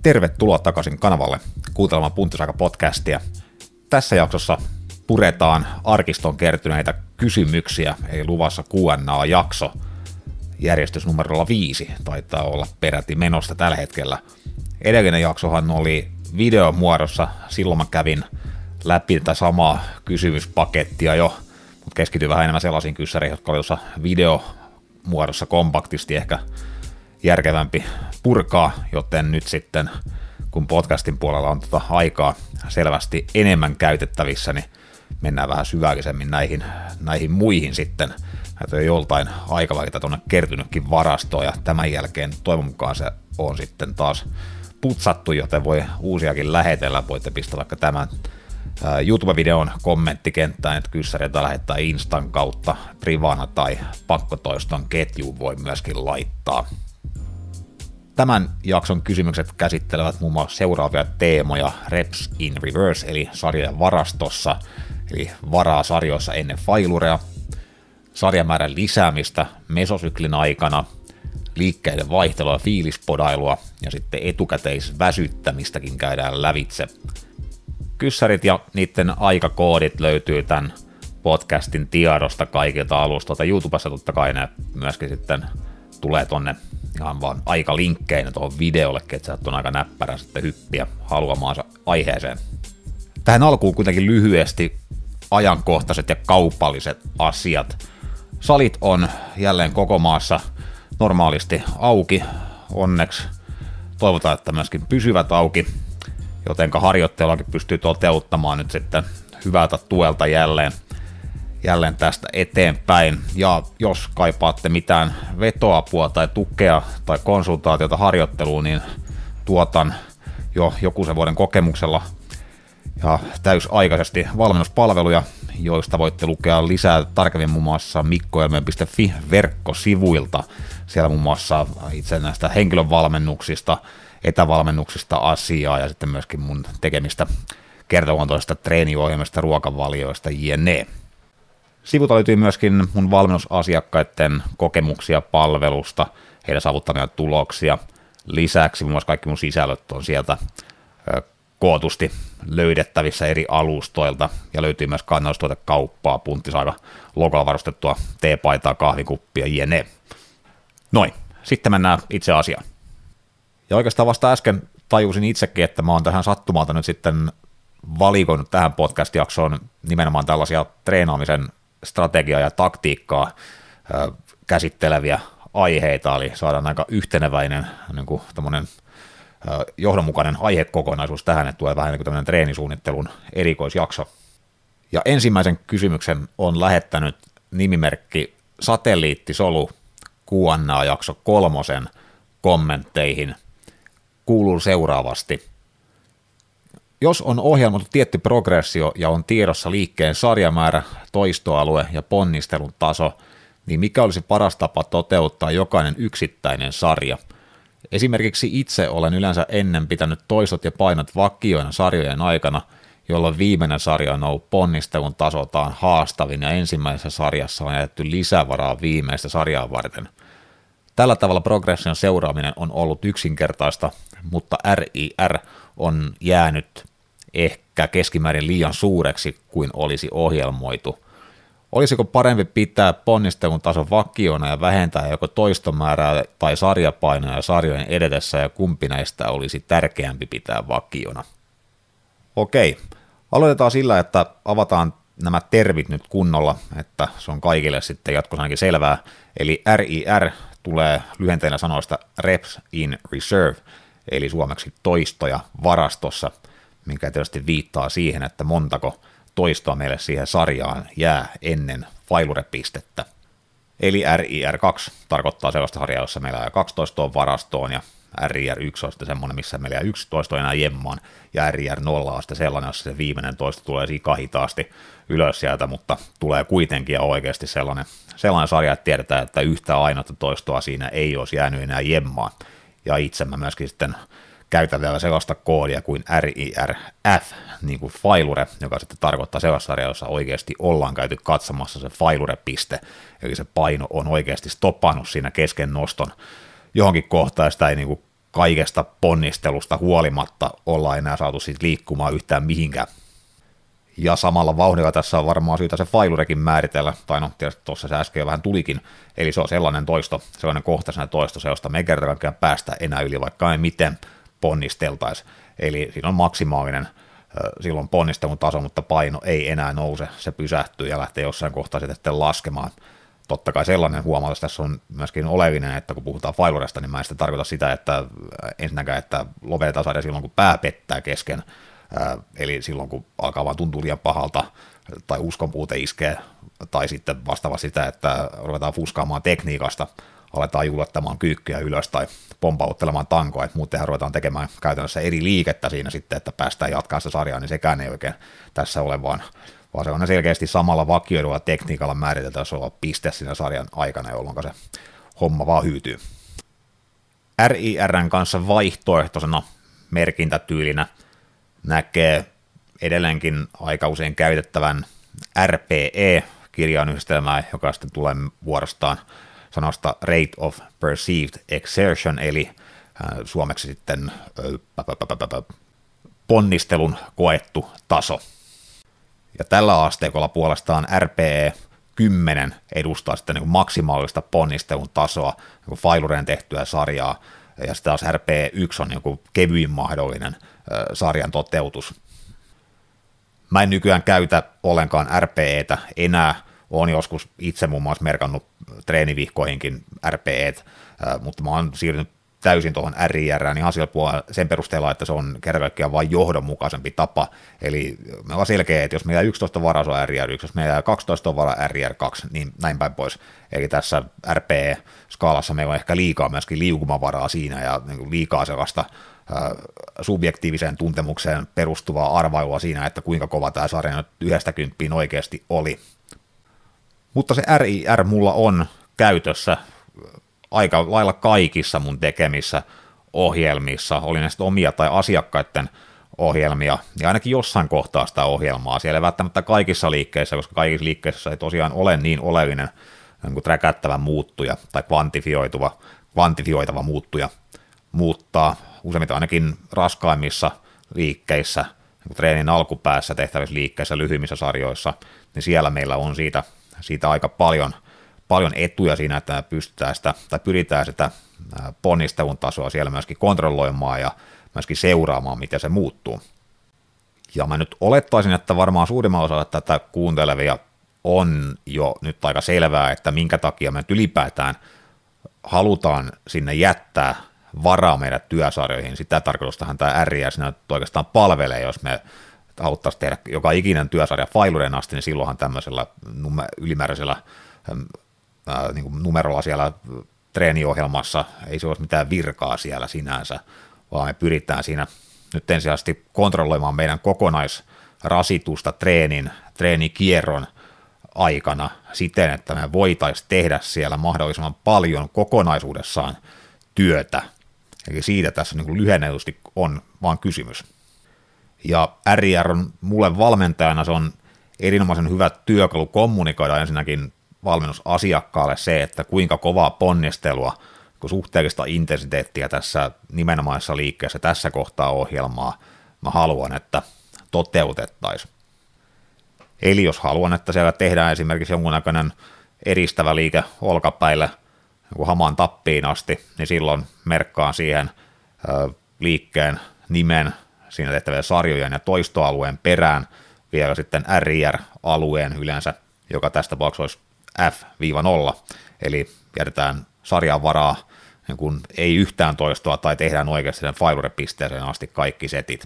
Tervetuloa takaisin kanavalle kuuntelemaan Punttisaika-podcastia. Tässä jaksossa puretaan arkiston kertyneitä kysymyksiä, eli luvassa Q&A-jakso. Järjestys numerolla 5 taitaa olla peräti menosta tällä hetkellä. Edellinen jaksohan oli videomuodossa, silloin mä kävin läpi tätä samaa kysymyspakettia jo, mutta keskityin vähän enemmän sellaisiin kyssäreihin, jotka oli tuossa videomuodossa kompaktisti ehkä järkevämpi purkaa, joten nyt sitten, kun podcastin puolella on aikaa selvästi enemmän käytettävissä, niin mennään vähän syvällisemmin näihin muihin sitten. Näitä on joltain aikaväliltä tuonne kertynytkin varastoon, ja tämän jälkeen toivon mukaan se on sitten taas putsattu, joten voi uusiakin lähetellä. Voitte pistää vaikka tämän YouTube-videon kommenttikenttään, että kyssäreitä lähettää Instan kautta privana tai pakkotoiston ketjuun voi myöskin laittaa. Tämän jakson kysymykset käsittelevät muun muassa seuraavia teemoja: Reps in Reverse, eli sarjojen varastossa, eli varaa sarjoissa ennen failurea, sarjamäärän lisäämistä mesosyklin aikana, liikkeiden vaihtelua ja fiilispodailua, ja sitten etukäteisväsyttämistäkin käydään lävitse. Kyssärit ja niiden aikakoodit löytyy tämän podcastin tiedosta kaikilta alustoilta. YouTubessa totta kai ne myöskin sitten tulee tonne ihan vaan aikalinkkeinä tuohon videollekin, että sieltä on aika näppärä sitten hyppiä haluamaansa aiheeseen. Tähän alkuun kuitenkin lyhyesti ajankohtaiset ja kaupalliset asiat. Salit on jälleen koko maassa normaalisti auki, onneksi toivotaan, että myöskin pysyvät auki, jotenka harjoitteluakin pystyy toteuttamaan nyt sitten hyvältä tuelta jälleen tästä eteenpäin. Ja jos kaipaatte mitään vetoapua tai tukea tai konsultaatiota harjoitteluun, niin tuotan jo joku sen vuoden kokemuksella ja täysaikaisesti valmennuspalveluja, joista voitte lukea lisää tarkemmin muun muassa mikkoelmeen.fi verkkosivuilta. Siellä muun muassa itse näistä henkilövalmennuksista, etävalmennuksista asiaa ja sitten myöskin mun tekemistä kertaluontoisista treeniohjelmista, ruokavalioista jne. Sivulta löytyy myöskin mun valmennusasiakkaiden kokemuksia palvelusta, heidän saavuttamia tuloksia. Lisäksi muun muassa kaikki mun sisällöt on sieltä kootusti löydettävissä eri alustoilta, ja löytyy myös kannallistuotekauppaa, Punttisaika logolla varustettua teepaitaa, kahvikuppia jne. Noin, sitten mennään itse asiaan. Ja oikeastaan vasta äsken tajusin itsekin, että mä oon tähän sattumalta nyt sitten valikoinut tähän podcast-jaksoon nimenomaan tällaisia treenaamisen strategiaa ja taktiikkaa käsitteleviä aiheita, eli saadaan aika yhteneväinen niin kuin tämmöinen johdonmukainen aihekokonaisuus tähän, että tulee vähän niin kuin tämmöinen treenisuunnittelun erikoisjakso. Ja ensimmäisen kysymyksen on lähettänyt nimimerkki Satelliittisolu Q&A-jakso 3 kommentteihin. Kuuluu seuraavasti. Jos on ohjelmoitu tietty progressio ja on tiedossa liikkeen sarjamäärä, toistoalue ja ponnistelun taso, niin mikä olisi paras tapa toteuttaa jokainen yksittäinen sarja? Esimerkiksi itse olen yleensä ennen pitänyt toistot ja painot vakioina sarjojen aikana, jolloin viimeinen sarja on ollut ponnistelun tasoltaan haastavin ja ensimmäisessä sarjassa on jätetty lisävaraa viimeistä sarjaa varten. Tällä tavalla progression seuraaminen on ollut yksinkertaista, mutta RIR on jäänyt ehkä keskimäärin liian suureksi kuin olisi ohjelmoitu. Olisiko parempi pitää ponnistelun tason vakiona ja vähentää joko toistomäärää tai sarjapainoja sarjojen edetessä, ja kumpi näistä olisi tärkeämpi pitää vakiona? Okei, aloitetaan sillä, että avataan nämä termit nyt kunnolla, että se on kaikille sitten jatkossa ainakin selvää. Eli RIR tulee lyhenteenä sanoista Reps in Reserve, eli suomeksi toistoja varastossa, mikä tietysti viittaa siihen, että montako toistoa meille siihen sarjaan jää ennen failurepistettä. Eli RIR2 tarkoittaa sellaista sarjaa, jossa meillä jää 12 varastoon, ja RIR1 on sitten semmoinen, missä meillä jää 11 enää jemmaan, ja RIR0 on sitten sellainen, jossa se viimeinen toisto tulee sikahitaasti ylös sieltä, mutta tulee kuitenkin ja oikeasti sellainen sarja, että tiedetään, että yhtä ainoata toistoa siinä ei olisi jäänyt enää jemmaan. Ja itse mä myöskin sitten käytän vielä sellaista koodia kuin RIRF, niin kuin failure, joka sitten tarkoittaa sellaista sarjaa, jossa oikeasti ollaan käyty katsomassa se failure-piste, eli se paino on oikeasti stoppannut siinä kesken noston johonkin kohtaan, ja sitä ei niin kuin kaikesta ponnistelusta huolimatta olla enää saatu siitä liikkumaan yhtään mihinkään. Ja samalla vauhdilla tässä on varmaan syytä se failurekin määritellä, tai no tietysti tuossa se äsken jo vähän tulikin, eli se on sellainen toisto, sellainen kohtaisena toisto, se josta me ei kerta kaikkiaan päästä enää yli, vaikka ei miten ponnisteltaisiin. Eli siinä on maksimaalinen silloin ponnistelun taso, mutta paino ei enää nouse, se pysähtyy ja lähtee jossain kohtaa sitten laskemaan. Totta kai sellainen huomautus tässä on myöskin oleellinen, että kun puhutaan failuresta, niin mä en sitä tarkoita sitä, että ensinnäkään, että lopetetaan sarja silloin, kun pää pettää kesken, eli silloin, kun alkaa vaan tuntua liian pahalta, tai uskonpuute iskee, tai sitten vastaava sitä, että ruvetaan fuskaamaan tekniikasta, aletaan juhlattamaan kyykkyjä ylös tai pompauttelemaan tankoa, että muutenhan ruvetaan tekemään käytännössä eri liikettä siinä sitten, että päästään jatkaa sitä sarjaa, niin sekään ei oikein tässä ole, vaan se on selkeästi samalla vakioidulla tekniikalla määriteltävä piste siinä sarjan aikana, jolloin se homma vaan hyytyy. RIRn kanssa vaihtoehtoisena merkintätyylinä näkee edelleenkin aika usein käytettävän RPE-kirjainyhdistelmää, joka sitten tulee vuorostaan sanasta Rate of Perceived Exertion, eli suomeksi sitten ponnistelun koettu taso. Ja tällä asteikolla puolestaan RPE 10 edustaa sitten niin kuin maksimaalista ponnistelun tasoa, niin failureen tehtyä sarjaa, ja sitten taas RPE 1 on niin kuin kevyin mahdollinen sarjan toteutus. Mä en nykyään käytä ollenkaan RPEtä enää, olen joskus itse muun muassa merkannut treenivihkoihinkin RPEt, mutta mä oon siirtynyt täysin tuohon RIRään ihan sillä puolella sen perusteella, että se on kerta kaikkiaan vain johdonmukaisempi tapa. Eli me on selkeä, että jos meillä 11 varaa on RIR1, jos meillä 12 on varaa RIR2, niin näin päin pois. Eli tässä RPE-skaalassa meillä on ehkä liikaa myöskin liukumavaraa siinä ja niin liikaa sellaista subjektiiviseen tuntemukseen perustuvaa arvailua siinä, että kuinka kova tämä sarja nyt 1-10 oikeasti oli. Mutta se RIR mulla on käytössä aika lailla kaikissa mun tekemissä ohjelmissa, oli ne sitten omia tai asiakkaiden ohjelmia, ja ainakin jossain kohtaa sitä ohjelmaa. Siellä ei välttämättä kaikissa liikkeissä, koska kaikissa liikkeissä ei tosiaan ole niin oleellinen niin träkättävä muuttuja tai kvantifioitava muuttuja muuttaa. Useimmiten ainakin raskaimmissa liikkeissä, niin treenin alkupäässä tehtävissä liikkeissä, lyhyimmissä sarjoissa, niin siellä meillä on siitä aika paljon etuja siinä, että pystytään sitä, tai pyritään sitä ponnistelun tasoa siellä myöskin kontrolloimaan ja myöskin seuraamaan, miten se muuttuu. Ja mä nyt olettaisin, että varmaan suurimman osalla tätä kuuntelevia on jo nyt aika selvää, että minkä takia me nyt ylipäätään halutaan sinne jättää varaa meidän työsarjoihin. Sitä tarkoitustahan tämä RIR siinä oikeastaan palvelee, jos me haluttaisiin tehdä joka ikinen työsarja failureen asti, niin silloinhan tämmöisellä ylimääräisellä niin kuin numerolla siellä treeniohjelmassa ei se olisi mitään virkaa siellä sinänsä, vaan me pyritään siinä nyt ensisijaisesti kontrolloimaan meidän kokonaisrasitusta treenikierron aikana siten, että me voitaisiin tehdä siellä mahdollisimman paljon kokonaisuudessaan työtä. Eli siitä tässä niin kuin lyhennetysti on vaan kysymys. Ja RIR on mulle valmentajana, se on erinomaisen hyvä työkalu kommunikoida ensinnäkin valmennusasiakkaalle se, että kuinka kovaa ponnistelua, kun suhteellista intensiteettiä tässä nimenomaisessa liikkeessä tässä kohtaa ohjelmaa mä haluan, että toteutettaisiin. Eli jos haluan, että siellä tehdään esimerkiksi jonkunnäköinen eristävä liike olkapäille hamaan tappiin asti, niin silloin merkkaan siihen liikkeen nimen, siinä tehtävien sarjojen ja toistoalueen perään vielä sitten RIR-alueen yleensä, joka tästä tapauksessa olisi F-0, eli jätetään sarjan varaa, niin kun ei yhtään toistoa tai tehdään oikeasti sen failure-pisteeseen asti kaikki setit.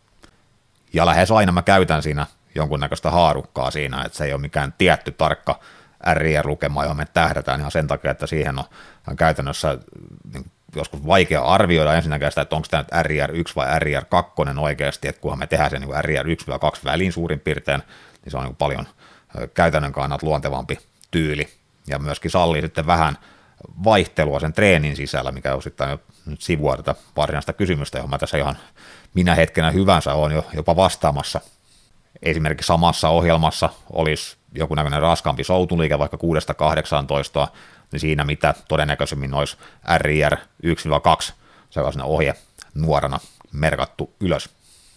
Ja lähes aina mä käytän siinä jonkunnäköistä haarukkaa siinä, että se ei ole mikään tietty tarkka RIR-lukema, johon me tähdätään ihan sen takia, että siihen on käytännössä niin joskus vaikea arvioida ensinnäkään sitä, että onko tämä nyt RIR1 vai RIR2 oikeasti, että kunhan me tehdään se niin RIR1-2 väliin suurin piirtein, niin se on niin paljon käytännön kannalta luontevampi tyyli, ja myöskin sallii sitten vähän vaihtelua sen treenin sisällä, mikä osittain jo nyt sivua tätä varsinaista kysymystä, johon mä tässä ihan minä hetkenä hyvänsä on jo jopa vastaamassa. Esimerkiksi samassa ohjelmassa olisi joku näköinen raskaampi soutuliike, vaikka 6-18, niin siinä mitä todennäköisemmin olisi RIR 1-2 sellaisena ohjenuorana merkattu ylös.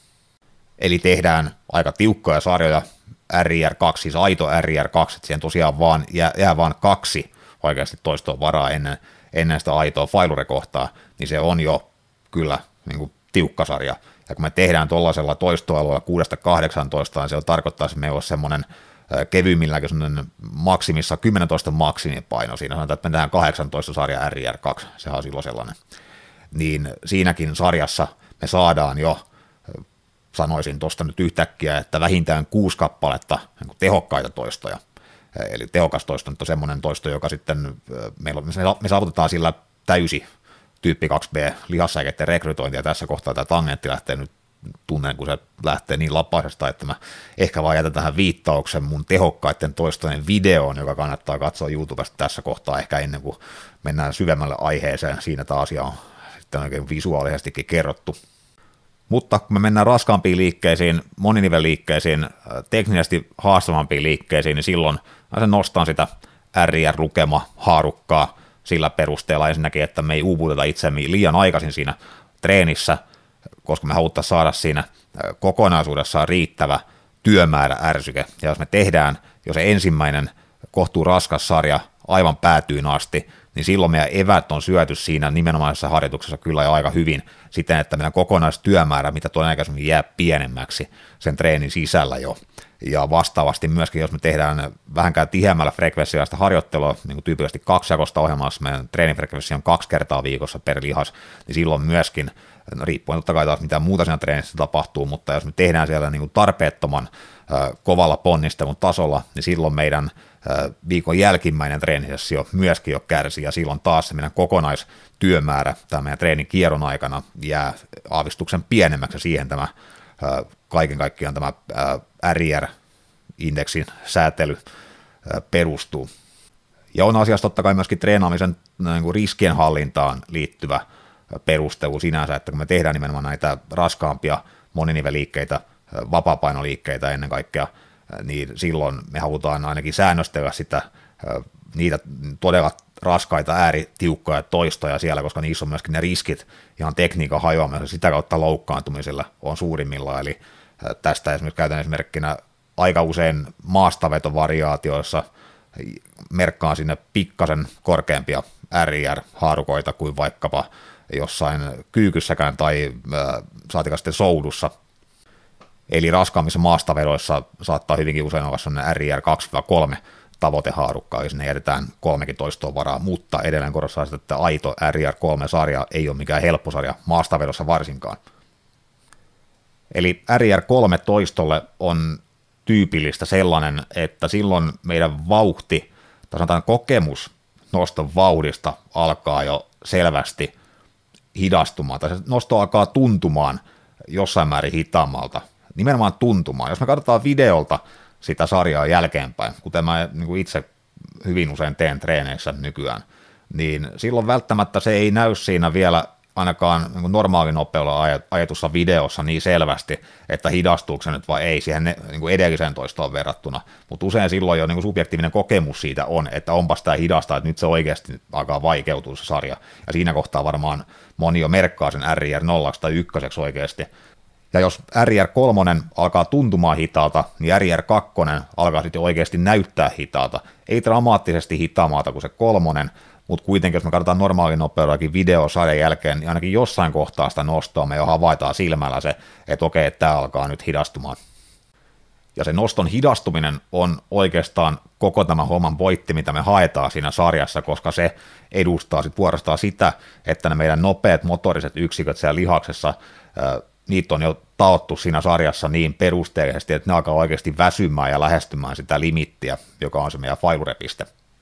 Eli tehdään aika tiukkoja sarjoja RIR2, siis aito RIR2, että siihen tosiaan vaan jää vaan 2 oikeasti toistoa varaa ennen sitä aitoa failurekohtaa, niin se on jo kyllä niin kuin tiukka sarja. Ja kun me tehdään tuollaisella toistoalueella 6-18, niin se tarkoittaa, että meillä olisi semmoinen kevyimmilläkin semmoinen maksimissa 10 maksimipaino. Siinä sanotaan, että me tehdään 18 sarja RIR2, sehän on silloin sellainen. Niin siinäkin sarjassa me saadaan jo, sanoisin tuosta nyt yhtäkkiä, että vähintään 6 kappaletta niin tehokkaita toistoja. Eli tehokas toisto on semmoinen toisto, joka sitten me saavutetaan sillä täysi tyyppi 2B lihassäikeiden rekrytointi, ja tässä kohtaa tämä tangentti lähtee nyt tunnen, kun se lähtee niin lapaisesta, että mä ehkä vaan jätän tähän viittauksen mun tehokkaiden toistojen videoon, joka kannattaa katsoa YouTubesta tässä kohtaa ehkä ennen kuin mennään syvemmälle aiheeseen. Siinä tämä asia on sitten oikein visuaalisestikin kerrottu. Mutta kun me mennään raskaampiin liikkeisiin, moninivelliikkeisiin, teknisesti haastavampiin liikkeisiin, niin silloin mä sen nostan sitä RIR-lukema-haarukkaa sillä perusteella ensinnäkin, että me ei uuvuteta itseämme liian aikaisin siinä treenissä, koska me haluttaisiin saada siinä kokonaisuudessaan riittävä työmäärä ärsyke. Ja jos me tehdään jo se ensimmäinen kohtuu raskas sarja aivan päätyyn asti, niin silloin meidän evät on syöty siinä nimenomaisessa harjoituksessa kyllä jo aika hyvin siten, että meidän kokonaistyömäärä, mitä todennäköisesti jää pienemmäksi sen treenin sisällä jo. Ja vastaavasti myöskin, jos me tehdään vähänkään tiheämmällä frekvenssiasta harjoittelua, niin kuin tyypillisesti 2-jakoista ohjelmassa, meidän treenifrekvenssi on 2 kertaa viikossa per lihas, niin silloin myöskin, riippuen totta kai taas mitä muuta siinä treenissä tapahtuu, mutta jos me tehdään siellä niin kuin tarpeettoman kovalla ponnistelun tasolla, niin silloin meidän viikon jälkimmäinen treenisessio myöskin jo kärsii, ja silloin taas se meidän kokonaistyömäärä tämän meidän treenin kierron aikana jää aavistuksen pienemmäksi, siihen tämä kaiken kaikkiaan tämä RIR-indeksin säätely perustuu. Ja on asiassa totta kai myöskin treenaamisen niin kuin riskien hallintaan liittyvä perustelu sinänsä, että kun me tehdään nimenomaan näitä raskaampia moniniveliikkeitä, vapaapainoliikkeitä ennen kaikkea, niin silloin me halutaan ainakin säännöstellä niitä todella raskaita ääritiukkoja toistoja siellä, koska niissä on myöskin ne riskit ihan tekniikan hajoamisella, sitä kautta loukkaantumisella on suurimmillaan, eli tästä esimerkiksi käytän esimerkkinä aika usein maastavetovariaatioissa merkkaan sinne pikkasen korkeampia RIR-haarukoita kuin vaikkapa jossain kyykyssäkään tai saatika sitten soudussa. Eli raskaammissa maastavedoissa saattaa hyvinkin usein olla sellainen RIR 2-3 tavoitehaarukka, eli sinne jätetään 3 toistoa varaa, mutta edelleen korostaa sitä, että aito RIR3-sarja ei ole mikään helppo sarja maastavedossa varsinkaan. Eli RIR3 toistolle on tyypillistä sellainen, että silloin meidän vauhti, tai sanotaan kokemus noston vauhdista alkaa jo selvästi hidastumaan, tai se nosto alkaa tuntumaan jossain määrin hitaammalta, nimenomaan tuntumaan. Jos me katsotaan videolta sitä sarjaa jälkeenpäin, kuten mä niin kuin itse hyvin usein teen treeneissä nykyään, niin silloin välttämättä se ei näy siinä vielä ainakaan niin normaalinopeudella ajetussa videossa niin selvästi, että hidastuuko se nyt vai ei siihen niin kuin edelliseen toistoon verrattuna, mutta usein silloin jo niin kuin subjektiivinen kokemus siitä on, että onpas tämä hidasta, että nyt se oikeasti alkaa vaikeutua se sarja, ja siinä kohtaa varmaan moni jo merkkaa sen RIR 0 tai 1 oikeasti. Ja jos RIR3 alkaa tuntumaan hitaalta, niin RIR2 alkaa sitten oikeasti näyttää hitaalta. Ei dramaattisesti hitaamaalta kuin se 3, mutta kuitenkin jos me katsotaan normaalinopeudellakin videosarjan jälkeen, niin ainakin jossain kohtaa sitä nostoa me jo havaitaan silmällä se, että okei, että tämä alkaa nyt hidastumaan. Ja se noston hidastuminen on oikeastaan koko tämän homman voitti, mitä me haetaan siinä sarjassa, koska se edustaa sitten vuorostaan sitä, että ne meidän nopeat motoriset yksiköt siellä lihaksessa, niitä on jo taottu siinä sarjassa niin perusteellisesti, että ne alkaa oikeasti väsymään ja lähestymään sitä limittiä, joka on se meidän failurepiste.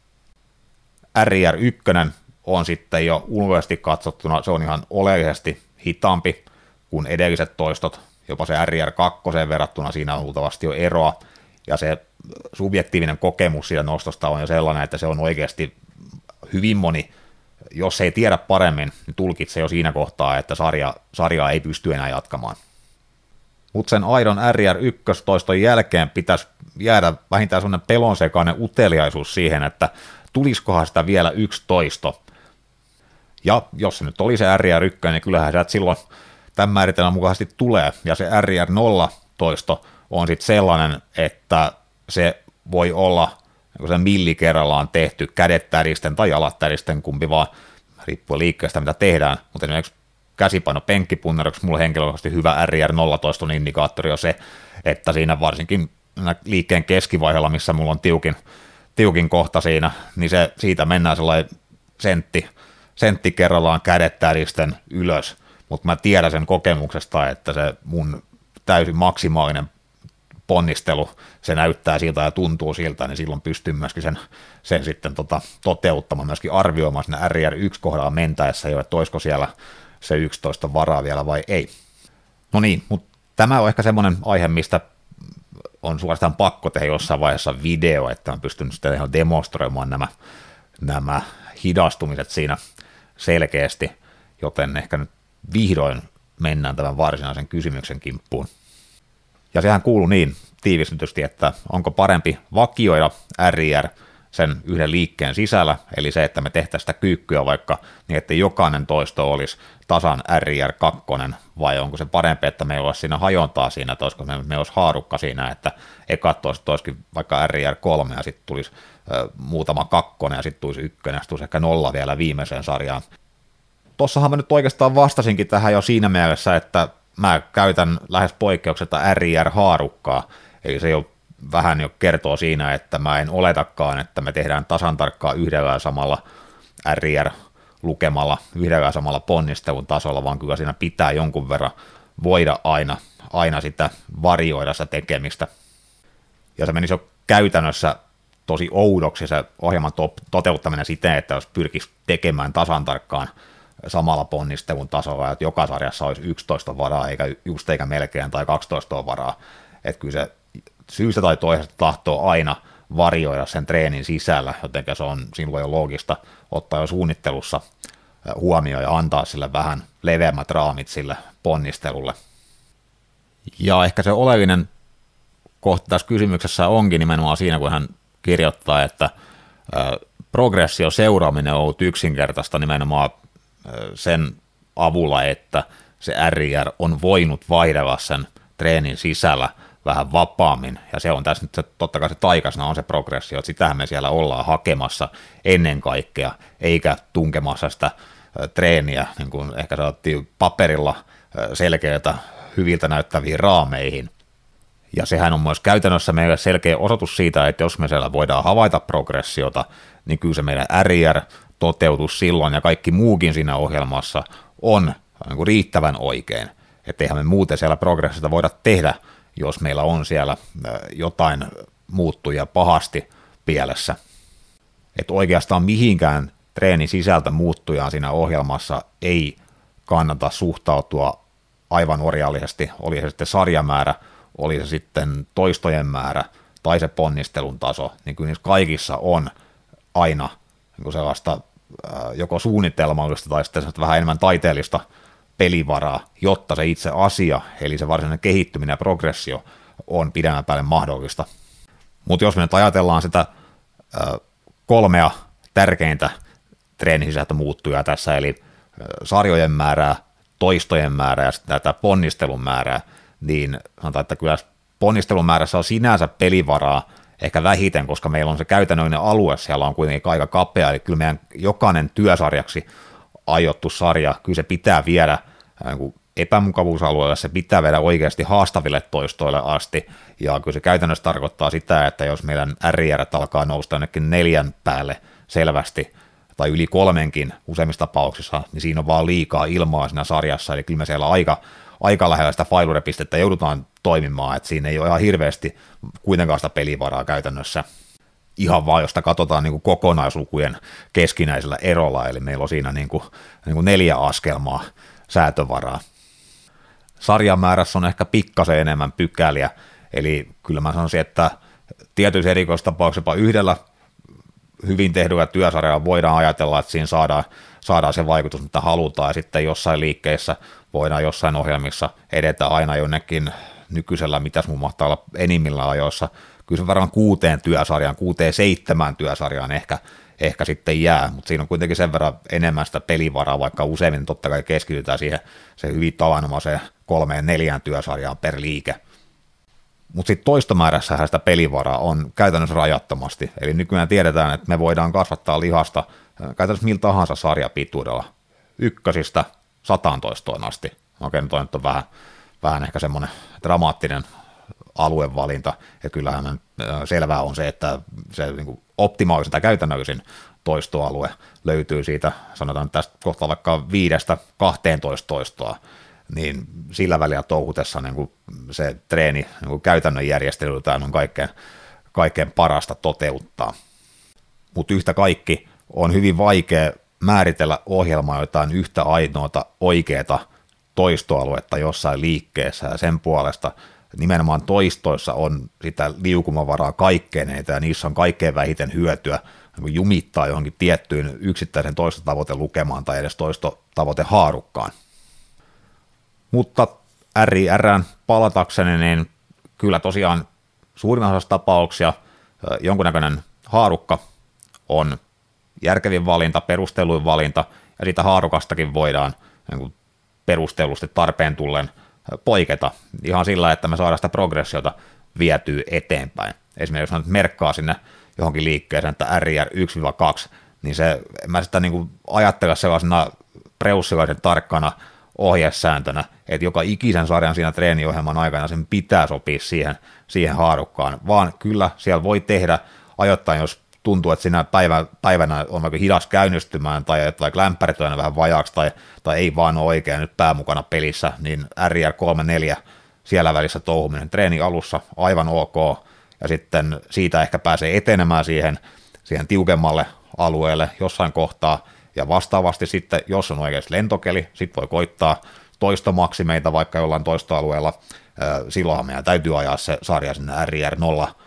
RIR1 on sitten jo ulkoisesti katsottuna, se on ihan oleellisesti hitaampi kuin edelliset toistot, jopa se RIR2 verrattuna siinä on luultavasti jo eroa, ja se subjektiivinen kokemus siitä nostosta on jo sellainen, että se on oikeasti hyvin moni, jos ei tiedä paremmin, niin tulkitsee jo siinä kohtaa, että sarjaa ei pysty enää jatkamaan. Mutta sen aidon RIR1-toiston jälkeen pitäisi jäädä vähintään sellainen pelonsekainen uteliaisuus siihen, että tulisikohan sitä vielä yksi toisto. Ja jos se nyt oli se RR1, niin kyllähän sieltä silloin tämän määritelmän mukaisesti tulee, ja se RR0-toisto on sitten sellainen, että se voi olla niin se milli kerrallaan tehty kädet täristen tai jalat täristen, kumpi vaan, riippuen liikkeestä, mitä tehdään, mutta esimerkiksi käsipaino penkkipunneruksi mulla henkilökohtaisesti hyvä RR0-toiston indikaattori on se, että siinä varsinkin liikkeen keskivaiheella, missä mulla on tiukin kohta siinä, niin siitä mennään sellainen sentti kerrallaan kädet täristen ylös, mutta mä tiedän sen kokemuksesta, että se mun täysin maksimaalinen ponnistelu, se näyttää siltä ja tuntuu siltä, niin silloin pystyy myöskin sen sitten toteuttamaan, myöskin arvioimaan siinä RR1-kohdalla mentäessä jo, että olisiko siellä se 11 varaa vielä vai ei. No niin, mutta tämä on ehkä semmoinen aihe, mistä on suorastaan pakko tehdä jossain vaiheessa video, että mä pystyn sitten ihan demonstroimaan nämä hidastumiset siinä selkeästi, joten ehkä nyt vihdoin mennään tämän varsinaisen kysymyksen kimppuun. Ja sehän kuuluu niin tiivistetysti, että onko parempi vakioida RIR sen yhden liikkeen sisällä, eli se, että me tehtäisiin sitä kyykkyä vaikka niin, että jokainen toisto olisi tasan RIR2, vai onko se parempi, että meillä olisi siinä hajontaa siinä, että olisiko me olisi haarukka siinä, että ekat toistot olisikin vaikka RIR3 ja sitten tulisi muutama kakkonen ja sitten tulisi ykkönen ja sitten tulisi ehkä 0 vielä viimeiseen sarjaan. Tossahan mä nyt oikeastaan vastasinkin tähän jo siinä mielessä, että mä käytän lähes poikkeuksetta RIR-haarukkaa, eli se jo vähän jo kertoo siinä, että mä en oletakaan, että me tehdään tasan tarkkaan yhdellä ja samalla RIR-lukemalla, yhdellä ja samalla ponnistelun tasolla, vaan kyllä siinä pitää jonkun verran voida aina sitä varioida sitä tekemistä. Ja se menisi jo käytännössä tosi oudoksi se ohjelman toteuttaminen siten, että jos pyrkisi tekemään tasan tarkkaan samalla ponnistelun tasolla, että joka sarjassa olisi 11 varaa, eikä melkein, tai 12 varaa. Että kyllä se syystä tai toisesta tahtoo aina varioida sen treenin sisällä, jotenka se on silloin jo loogista ottaa jo suunnittelussa huomioon ja antaa sille vähän leveämmät raamit sille ponnistelulle. Ja ehkä se oleellinen kohta tässä kysymyksessä onkin nimenomaan siinä, kun hän kirjoittaa, että progressio seuraaminen on ollut yksinkertaista nimenomaan sen avulla, että se RIR on voinut vaihdella sen treenin sisällä vähän vapaammin, ja se on tässä nyt se, totta kai se taikasena on se progressio, että sitähän me siellä ollaan hakemassa ennen kaikkea, eikä tunkemassa sitä treeniä, niin kuin ehkä sanottiin paperilla selkeitä, hyviltä näyttäviin raameihin. Ja sehän on myös käytännössä meille selkeä osoitus siitä, että jos me siellä voidaan havaita progressiota, niin kyllä se meidän RIR toteutus silloin ja kaikki muukin siinä ohjelmassa on niin kuin riittävän oikein. Että eihän me muuten siellä progressiota voida tehdä, jos meillä on siellä jotain muuttuja pahasti pielessä. Että oikeastaan mihinkään treenin sisältä muuttujaan siinä ohjelmassa ei kannata suhtautua aivan orjallisesti, oli se sitten sarjamäärä, oli se sitten toistojen määrä tai se ponnistelun taso, niin kyllä niissä kaikissa on aina niin sellaista joko suunnitelmallista tai sitten vähän enemmän taiteellista pelivaraa, jotta se itse asia, eli se varsinainen kehittyminen ja progressio on pidemmän päälle mahdollista. Mutta jos me nyt ajatellaan sitä 3 tärkeintä treenisisältö muuttujaa tässä, eli sarjojen määrää, toistojen määrää ja sitten tätä ponnistelun määrää, niin sanotaan, että kyllä ponnistelun määrässä on sinänsä pelivaraa ehkä vähiten, koska meillä on se käytännöllinen alue, siellä on kuitenkin aika kapea, eli kyllä meidän jokainen työsarjaksi aiottu sarja, kyllä se pitää viedä epämukavuusalueelle, se pitää viedä oikeasti haastaville toistoille asti, ja kyllä se käytännössä tarkoittaa sitä, että jos meidän RIR alkaa nousta jonnekin 4 päälle selvästi, tai yli 3 useimmissa tapauksissa, niin siinä on vaan liikaa ilmaa siinä sarjassa, eli kyllä me siellä aika lähellä sitä failurepistettä joudutaan toimimaan, että siinä ei ole ihan hirveästi kuitenkaan sitä pelivaraa käytännössä. Ihan vaan, josta katsotaan niin kuin kokonaislukujen keskinäisellä erolla, eli meillä on siinä niin kuin 4 askelmaa säätövaraa. Sarjamäärässä on ehkä pikkasen enemmän pykäliä, eli kyllä mä sanoisin, että tietyissä erikoistapauksissa jopa yhdellä hyvin tehdyllä työsarjalla voidaan ajatella, että siinä saadaan se vaikutus, mitä halutaan, ja sitten jossain liikkeissä voidaan jossain ohjelmissa edetä aina jonnekin nykyisellä, mitäs mun mahtaa olla enimmillä ajoissa, kyllä se varmaan 6 työsarjaan, 6-7 työsarjaan ehkä sitten jää, mutta siinä on kuitenkin sen verran enemmän sitä pelivaraa, vaikka useimmin totta kai keskitytään siihen se hyvin tavanomaiseen 3-4 työsarjaan per liike. Mutta sitten toistomäärässähän sitä pelivaraa on käytännössä rajattomasti, eli nykyään tiedetään, että me voidaan kasvattaa lihasta käytännössä millä tahansa sarjapituudella, 1 100 toistoon asti. Okei, nyt on vähän ehkä semmoinen dramaattinen aluevalinta, ja kyllähän selvää on se, että se niin optimaalisin tai käytännöllisin toistoalue löytyy siitä, sanotaan tästä kohtaa vaikka 5-12 toistoa, niin sillä välillä touhutessa niin se treeni niin käytännön järjestelyltään on kaikkein parasta toteuttaa. Mutta yhtä kaikki on hyvin vaikea määritellä ohjelmaa jotain yhtä ainoata oikeaa toistoaluetta jossain liikkeessä, ja sen puolesta nimenomaan toistoissa on sitä liukumavaraa kaikkein eniten, ja niissä on kaikkein vähiten hyötyä jumittaa johonkin tiettyyn yksittäisen toistotavoitelukemaan tai edes toistotavoitehaarukkaan. Mutta RIR:ään palatakseni, niin kyllä tosiaan suurimmassa osassa tapauksia jonkunnäköinen haarukka on järkevin valinta, perustelluin valinta, ja siitä haarukastakin voidaan niin perustellusti tarpeen tullen poiketa ihan sillä, että me saadaan sitä progressiota vietyä eteenpäin. Esimerkiksi jos merkkaa sinne johonkin liikkeeseen, että RIR 1-2, niin mä sitä niin kuin ajattelen sellaisena preussilaisen tarkkana ohjesääntönä, että joka ikisen sarjan siinä treeniohjelman aikana sen pitää sopia siihen haarukkaan, vaan kyllä siellä voi tehdä ajoittain, jos tuntuu, että siinä päivänä on vaikka hidas käynnistymään tai että vaikka lämpärit on vähän vajaaksi tai ei vaan ole oikein nyt pää mukana pelissä, niin RIR 3-4 siellä välissä touhuminen treeni alussa aivan ok, ja sitten siitä ehkä pääsee etenemään siihen tiukemmalle alueelle jossain kohtaa, ja vastaavasti sitten, jos on oikeasti lentokeli, sitten voi koittaa toistomaksimeita vaikka jollain toistoalueella, silloinhan meidän täytyy ajaa se sarja sinne RIR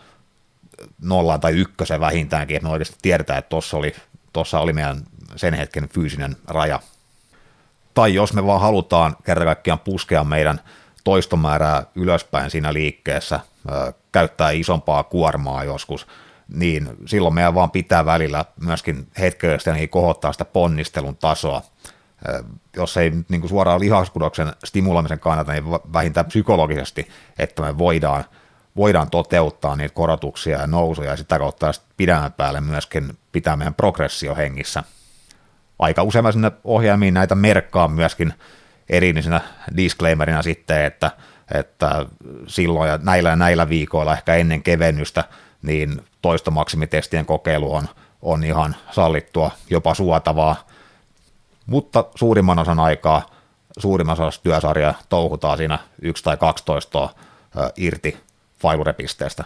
0 tai 1 vähintäänkin, että me oikeasti tiedetään, että tuossa oli meidän sen hetken fyysinen raja. Tai jos me vaan halutaan kerta kaikkiaan puskea meidän toistomäärää ylöspäin siinä liikkeessä, käyttää isompaa kuormaa joskus, niin silloin meidän vaan pitää välillä myöskin hetkellisesti kohottaa sitä ponnistelun tasoa. Jos ei niin kuin suoraan lihaskudoksen stimuloimisen kannalta, niin vähintään psykologisesti, että me voidaan toteuttaa niitä korotuksia ja nousuja ja sitä kautta pidemmän päälle myöskin pitää meidän progressio hengissä. Aika usein mä sinne ohjelmiin näitä merkkaan myöskin erillisenä disclaimerina sitten, että silloin ja näillä viikoilla ehkä ennen kevennystä, niin toistomaksimitestien kokeilu on ihan sallittua, jopa suotavaa, mutta suurimman osan aikaa, suurimmassa osassa työsarjaa touhutaan siinä 1 tai 2 toistoa irti failurepisteestä.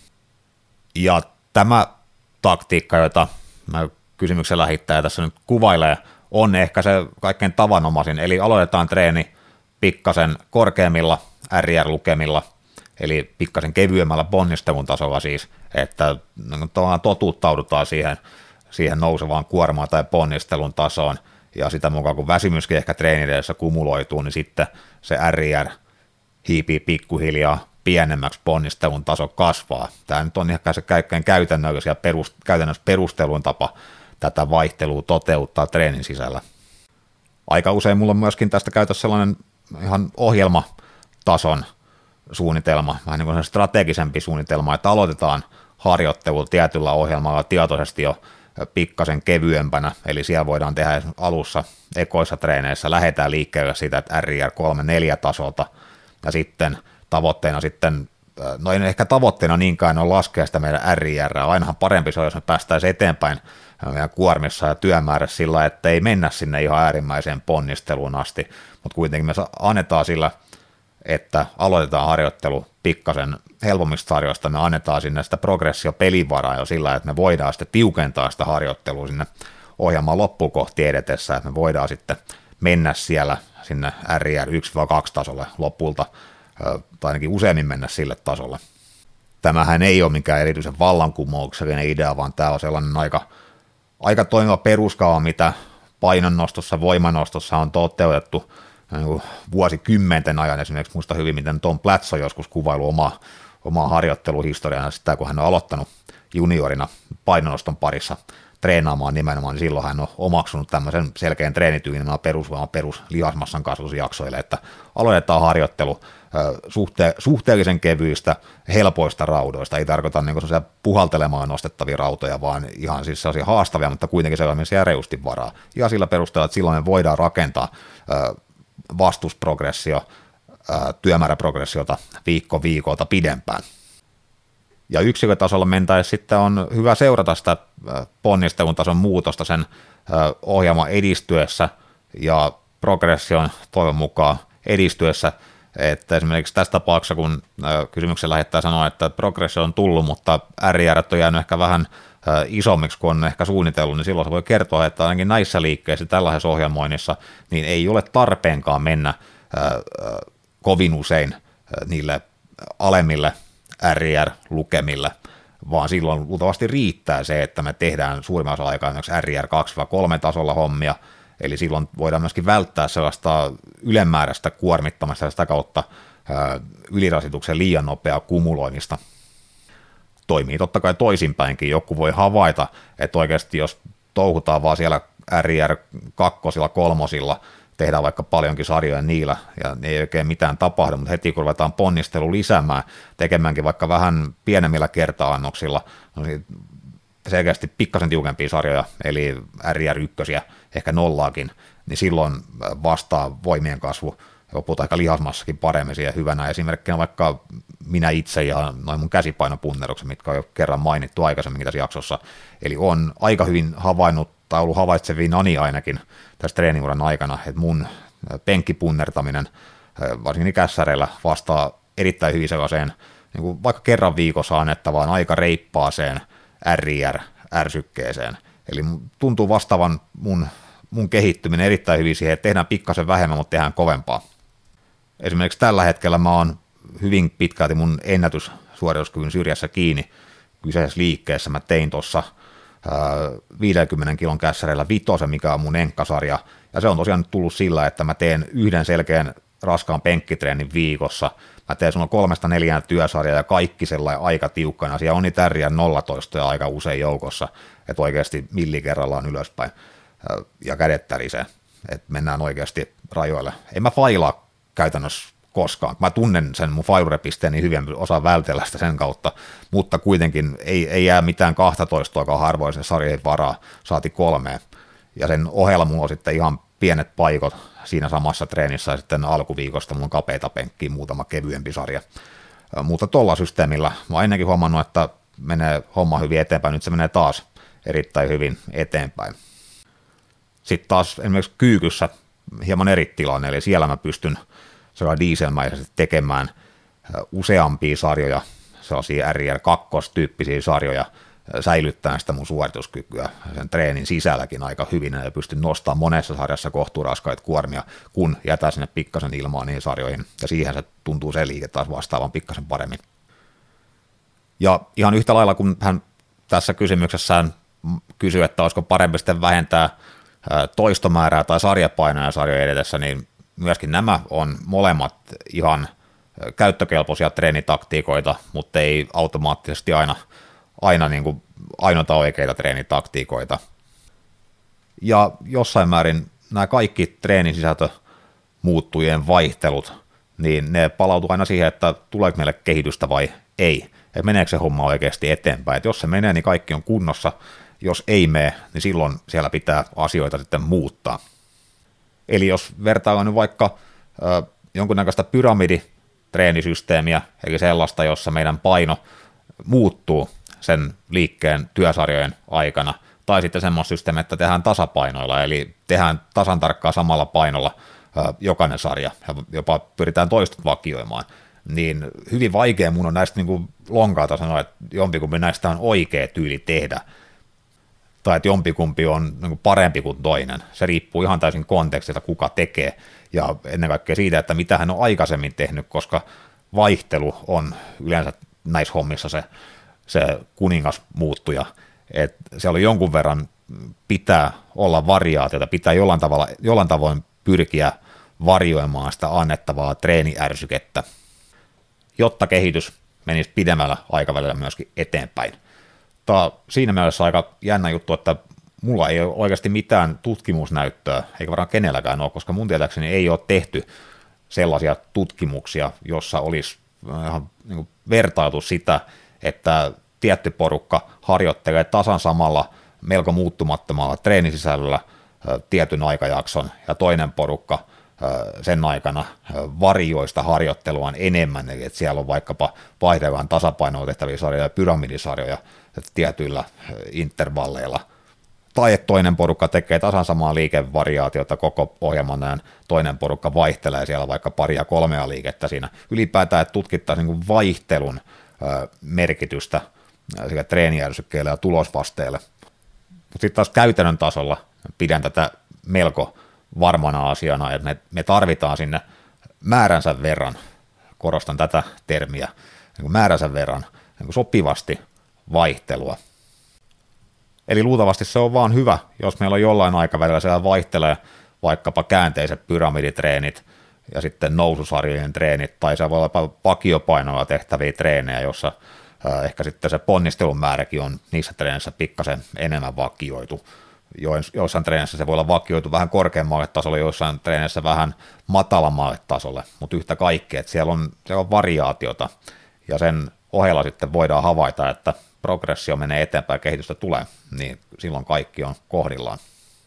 Ja tämä taktiikka, jota kysymyksen lähettäjä tässä nyt kuvailee, on ehkä se kaikkein tavanomaisin, eli aloitetaan treeni pikkasen korkeammilla RIR-lukemilla, eli pikkasen kevyemmällä ponnistelun tasolla siis, että totuuttaudutaan siihen nousevaan kuormaan tai ponnistelun tasoon, ja sitä mukaan kun väsymyskin ehkä treenin edessä kumuloituu, niin sitten se RIR hiipii pikkuhiljaa pienemmäksi, ponnistelun taso kasvaa. Tämä nyt on ehkä se käytännöllisiä käytännössä perustelun tapa tätä vaihtelua toteuttaa treenin sisällä. Aika usein mulla on myöskin tästä käytössä sellainen ihan ohjelmatason suunnitelma, vähän niin kuin strategisempi suunnitelma, että aloitetaan harjoittelu tietyllä ohjelmalla tietoisesti jo pikkasen kevyempänä, eli siellä voidaan tehdä alussa ekoissa treeneissä, lähdetään liikkeelle siitä, että RIR 3-4 tasolta, ja sitten tavoitteena sitten, no ei ehkä tavoitteena niinkään on laskea sitä meidän RIR, ainahan parempi se on, jos me päästäisiin eteenpäin meidän kuormissa ja työmäärässä sillä, että ei mennä sinne ihan äärimmäiseen ponnisteluun asti, mutta kuitenkin me annetaan sillä, että aloitetaan harjoittelu pikkasen helpommista sarjoista, me annetaan sinne sitä progressio-pelivaraa jo sillä, että me voidaan sitten tiukentaa sitä harjoittelua sinne ohjelman loppuun kohti edetessä, että me voidaan sitten mennä siellä sinne RIR 1-2 tasolle lopulta, tai ainakin useammin mennä sille tasolle. Tämähän ei ole mikään erityisen vallankumouksellinen idea, vaan tämä on sellainen aika toimiva peruskaava, mitä painonnostossa, voimanostossa on toteutettu vuosikymmenten ajan. Esimerkiksi muista hyvin, miten Tom Platz on joskus kuvailu omaa harjoitteluhistoriaa sitä, kun hän on aloittanut juniorina painonnoston parissa treenaamaan nimenomaan, niin silloin hän on omaksunut tämmöisen selkeän treenityyn peruslihasmassan kasvusjaksoille, että aloitetaan harjoittelu suhteellisen kevyistä, helpoista raudoista, ei tarkoita niin sellaisia puhaltelemaan nostettavia rautoja, vaan ihan siis sellaisia haastavia, mutta kuitenkin sellaisia, missä jää reilusti varaa. Ja sillä perusteella, että silloin me voidaan rakentaa vastusprogressio, työmääräprogressiota viikolta pidempään. Ja yksilötasolla mentäessä sitten on hyvä seurata sitä ponnistelun tason muutosta sen ohjelman edistyessä ja progression toivon mukaan edistyessä, että esimerkiksi tässä tapauksessa, kun kysymyksen lähettää sanoa, että progressio on tullut, mutta RIR on jäänyt ehkä vähän isommiksi kuin on ehkä suunnitellut, niin silloin se voi kertoa, että ainakin näissä liikkeissä, tällaisessa ohjelmoinnissa, niin ei ole tarpeenkaan mennä kovin usein niille alemmille RIR-lukemille, vaan silloin luultavasti riittää se, että me tehdään suurimmassa aikaa RIR 2-3 tasolla hommia, eli silloin voidaan myöskin välttää sellaista ylemmääräistä kuormittamista ja sitä kautta ylirasituksen liian nopeaa kumuloimista. Toimii totta kai toisinpäinkin, joku voi havaita, että oikeasti jos touhutaan vaan siellä RIR 2-3, tehdään vaikka paljonkin sarjoja niillä, ja ei oikein mitään tapahdu, mutta heti kun ruvetaan ponnistelu lisäämään, tekemäänkin vaikka vähän pienemmillä kerta-annoksilla, selkeästi pikkasen tiukempia sarjoja, eli RIR1, ehkä nollaakin, niin silloin vastaa voimien kasvu, puhutaan aika lihasmassakin paremmin siihen hyvänä. Esimerkkinä vaikka minä itse ja noin mun käsipainopunnerukset, mitkä on jo kerran mainittu aikaisemmin tässä jaksossa, eli on aika hyvin havainnut, tai ollut havaitsevinani ainakin tässä treeniuran aikana, että mun penkkipunnertaminen, varsinkin kässäreillä, vastaa erittäin hyvin sellaiseen, niin kuin vaikka kerran viikossa annettavaan aika reippaaseen RIR-ärsykkeeseen. Eli tuntuu vastaavan mun kehittyminen erittäin hyvin siihen, että tehdään pikkasen vähemmän, mutta tehdään kovempaa. Esimerkiksi tällä hetkellä mä oon hyvin pitkälti mun ennätyssuorituskyvyn syrjässä kiinni kyseisessä liikkeessä. Mä tein tuossa 50 kilon kässäreillä vitosen, mikä on mun enkkasarja, ja se on tosiaan nyt tullut sillä, että mä teen yhden selkeän raskaan penkkitreenin viikossa. Mä teen sulla 3-4 työsarjaa ja kaikki sellainen aika tiukkana. Siellä on niitä RIR 0 ja aika usein joukossa, että oikeasti millikerrallaan ylöspäin ja kädet tärisee, että mennään oikeasti rajoille. En mä failaa käytännössä koskaan. Mä tunnen sen mun failurepisteen niin hyvin, osaan vältellä sitä sen kautta, mutta kuitenkin ei jää mitään 12 harvoisen sarjojen varaa, saati 3. Ja sen ohella mulla on sitten ihan pienet paikot siinä samassa treenissä, ja sitten alkuviikosta mulla on kapeita penkkiä, muutama kevyempi sarja. Mutta tuolla systeemillä mä oon ennenkin huomannut, että menee homma hyvin eteenpäin, nyt se menee taas erittäin hyvin eteenpäin. Sitten taas esimerkiksi kyykyssä hieman eri tilanne, eli siellä mä pystyn sellainen dieselmäisesti tekemään useampia sarjoja, sellaisia RIR2-tyyppisiä sarjoja, säilyttämään sitä mun suorituskykyä sen treenin sisälläkin aika hyvin, ja pystyn nostamaan monessa sarjassa kohtuuraskaita kuormia, kun jätän sinne pikkasen ilmaa niihin sarjoihin, ja siihen se tuntuu se liike taas vastaavan pikkasen paremmin. Ja ihan yhtä lailla, kun hän tässä kysymyksessään kysyy, että olisiko parempi sitten vähentää toistomäärää tai sarjapainoja sarjojen edetessä, niin myöskin nämä on molemmat ihan käyttökelpoisia treenitaktiikoita, mutta ei automaattisesti aina niin kuin ainoita oikeita treenitaktiikoita. Ja jossain määrin nämä kaikki treenisisältömuuttujien vaihtelut, niin ne palautuu aina siihen, että tuleeko meille kehitystä vai ei. Että meneekö se homma oikeasti eteenpäin. Että jos se menee, niin kaikki on kunnossa. Jos ei mene, niin silloin siellä pitää asioita sitten muuttaa. Eli jos vertaillaan nyt vaikka jonkunnäköistä pyramiditreenisysteemiä, eli sellaista, jossa meidän paino muuttuu sen liikkeen työsarjojen aikana, tai sitten semmoista systeemiä, että tehdään tasapainoilla, eli tehdään tasan tarkkaan samalla painolla jokainen sarja, ja jopa pyritään toistot vakioimaan, niin hyvin vaikea mun on näistä niin kuin lonkaalta sanoa, että jompikumpi näistä on oikea tyyli tehdä, tai että jompikumpi on niin kuin parempi kuin toinen. Se riippuu ihan täysin kontekstista, kuka tekee, ja ennen kaikkea siitä, että mitä hän on aikaisemmin tehnyt, koska vaihtelu on yleensä näissä hommissa se kuningas muuttuja, että siellä on jonkun verran pitää olla variaatiota, pitää jollain tavoin pyrkiä varjoimaan sitä annettavaa treeniärsykettä, jotta kehitys menisi pidemmällä aikavälillä myöskin eteenpäin. Mutta siinä mielessä aika jännä juttu, että mulla ei ole oikeasti mitään tutkimusnäyttöä, eikä varmaan kenelläkään ole, koska mun tietääkseni ei ole tehty sellaisia tutkimuksia, jossa olisi ihan niin kuin vertailtu sitä, että tietty porukka harjoittelee tasan samalla melko muuttumattomalla treenisisällöllä tietyn aikajakson, ja toinen porukka sen aikana varjoista harjoittelua enemmän, eli että siellä on vaikkapa vaihdellaan tasapainoa tehtäviä sarjoja ja pyramidisarjoja tietyillä intervalleilla, tai että toinen porukka tekee tasan samaa liikevariaatiota koko ohjelman ajan, toinen porukka vaihtelee siellä vaikka paria kolmea liikettä siinä. Ylipäätään, että tutkittaisiin niin kuin vaihtelun merkitystä sekä treenijärsykkeille ja tulosvasteille. Mutta sitten taas käytännön tasolla pidän tätä melko varmana asiana, että me tarvitaan sinne määränsä verran, korostan tätä termiä, niin kuin määränsä verran niin kuin sopivasti vaihtelua. Eli luultavasti se on vaan hyvä, jos meillä on jollain aikavälillä siellä vaihtelee vaikkapa käänteiset pyramiditreenit ja sitten noususarjojen treenit, tai se voi olla vakiopainoilla tehtäviä treenejä, jossa ehkä sitten se ponnistelun määräkin on niissä treenissä pikkasen enemmän vakioitu. Joissain treenissä se voi olla vakioitu vähän korkeammalle tasolle, joissain treenissä vähän matalammalle tasolle, mutta yhtä kaikkea, että siellä on variaatiota, ja sen ohella sitten voidaan havaita, että progressio menee eteenpäin, kehitystä tulee, niin silloin kaikki on kohdillaan.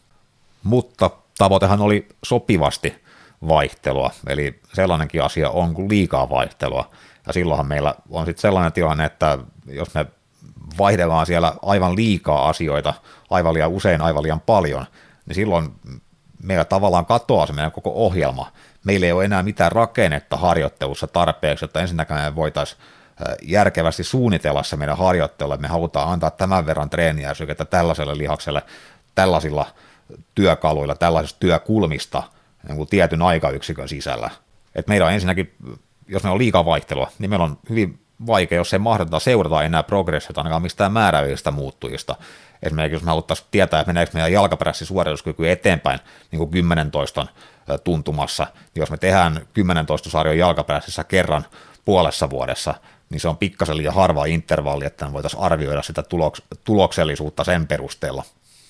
Mutta tavoitehan oli sopivasti vaihtelua, eli sellainenkin asia on kuin liikaa vaihtelua, ja silloinhan meillä on sitten sellainen tilanne, että jos me vaihdellaan siellä aivan liikaa asioita, aivan liian usein, aivan liian paljon, niin silloin meillä tavallaan katoaa se meidän koko ohjelma. Meillä ei ole enää mitään rakennetta harjoittelussa tarpeeksi, että ensinnäkään me voitaisiin järkevästi suunnitella se meidän harjoittelu, että me halutaan antaa tämän verran treenijärsykettä tällaiselle lihakselle, tällaisilla työkaluilla, tällaisista työkulmista niin kuin tietyn aikayksikön sisällä. Et meillä on ensinnäkin, jos meillä on liikaa vaihtelua, niin meillä on hyvin vaikea, jos ei mahdollista seurata enää progressiota ainakaan mistään määrävistä muuttujista. Esimerkiksi jos me haluttaisiin tietää, että meneekö meidän jalkapressisuorituskyky eteenpäin niin kuin 10 toiston tuntumassa, niin jos me tehdään 10 toistosarjoja jalkapressissä kerran puolessa vuodessa, niin se on pikkasen liian harva intervalli, että me voitaisiin arvioida sitä tuloksellisuutta sen perusteella.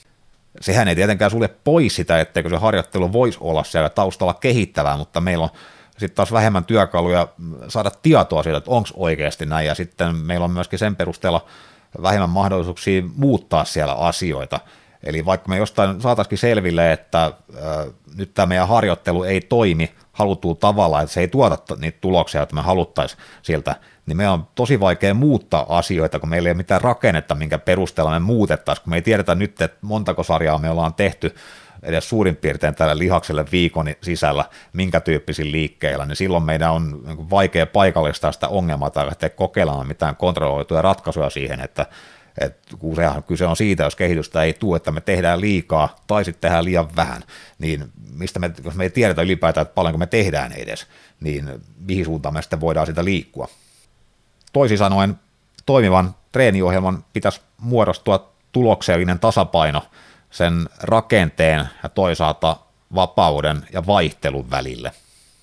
Sehän ei tietenkään sulje pois sitä, etteikö se harjoittelu voisi olla siellä taustalla kehittävää, mutta meillä on sitten taas vähemmän työkaluja saada tietoa siitä, että onko oikeasti näin, ja sitten meillä on myöskin sen perusteella vähemmän mahdollisuuksia muuttaa siellä asioita. Eli vaikka me jostain saataisiin selville, että nyt tämä meidän harjoittelu ei toimi halutulla tavalla, että se ei tuota niitä tuloksia, että me haluttaisiin siltä, niin meidän on tosi vaikea muuttaa asioita, kun meillä ei ole mitään rakennetta, minkä perusteella me muutettaisiin, kun me ei tiedetä nyt, että montako sarjaa me ollaan tehty edes suurin piirtein tälle lihakselle viikon sisällä, minkä tyyppisillä liikkeillä, niin silloin meidän on vaikea paikallistaa sitä ongelmaa tai lähteä kokeilemaan mitään kontrolloituja ratkaisuja siihen, että kun kyse on siitä, jos kehitystä ei tule, että me tehdään liikaa tai sitten tehdään liian vähän, niin jos me ei tiedetä ylipäätään, että paljonko me tehdään edes, niin mihin suuntaan me sitten voidaan sitä liikkua. Toisin sanoen toimivan treeniohjelman pitäisi muodostua tuloksellinen tasapaino sen rakenteen ja toisaalta vapauden ja vaihtelun välille.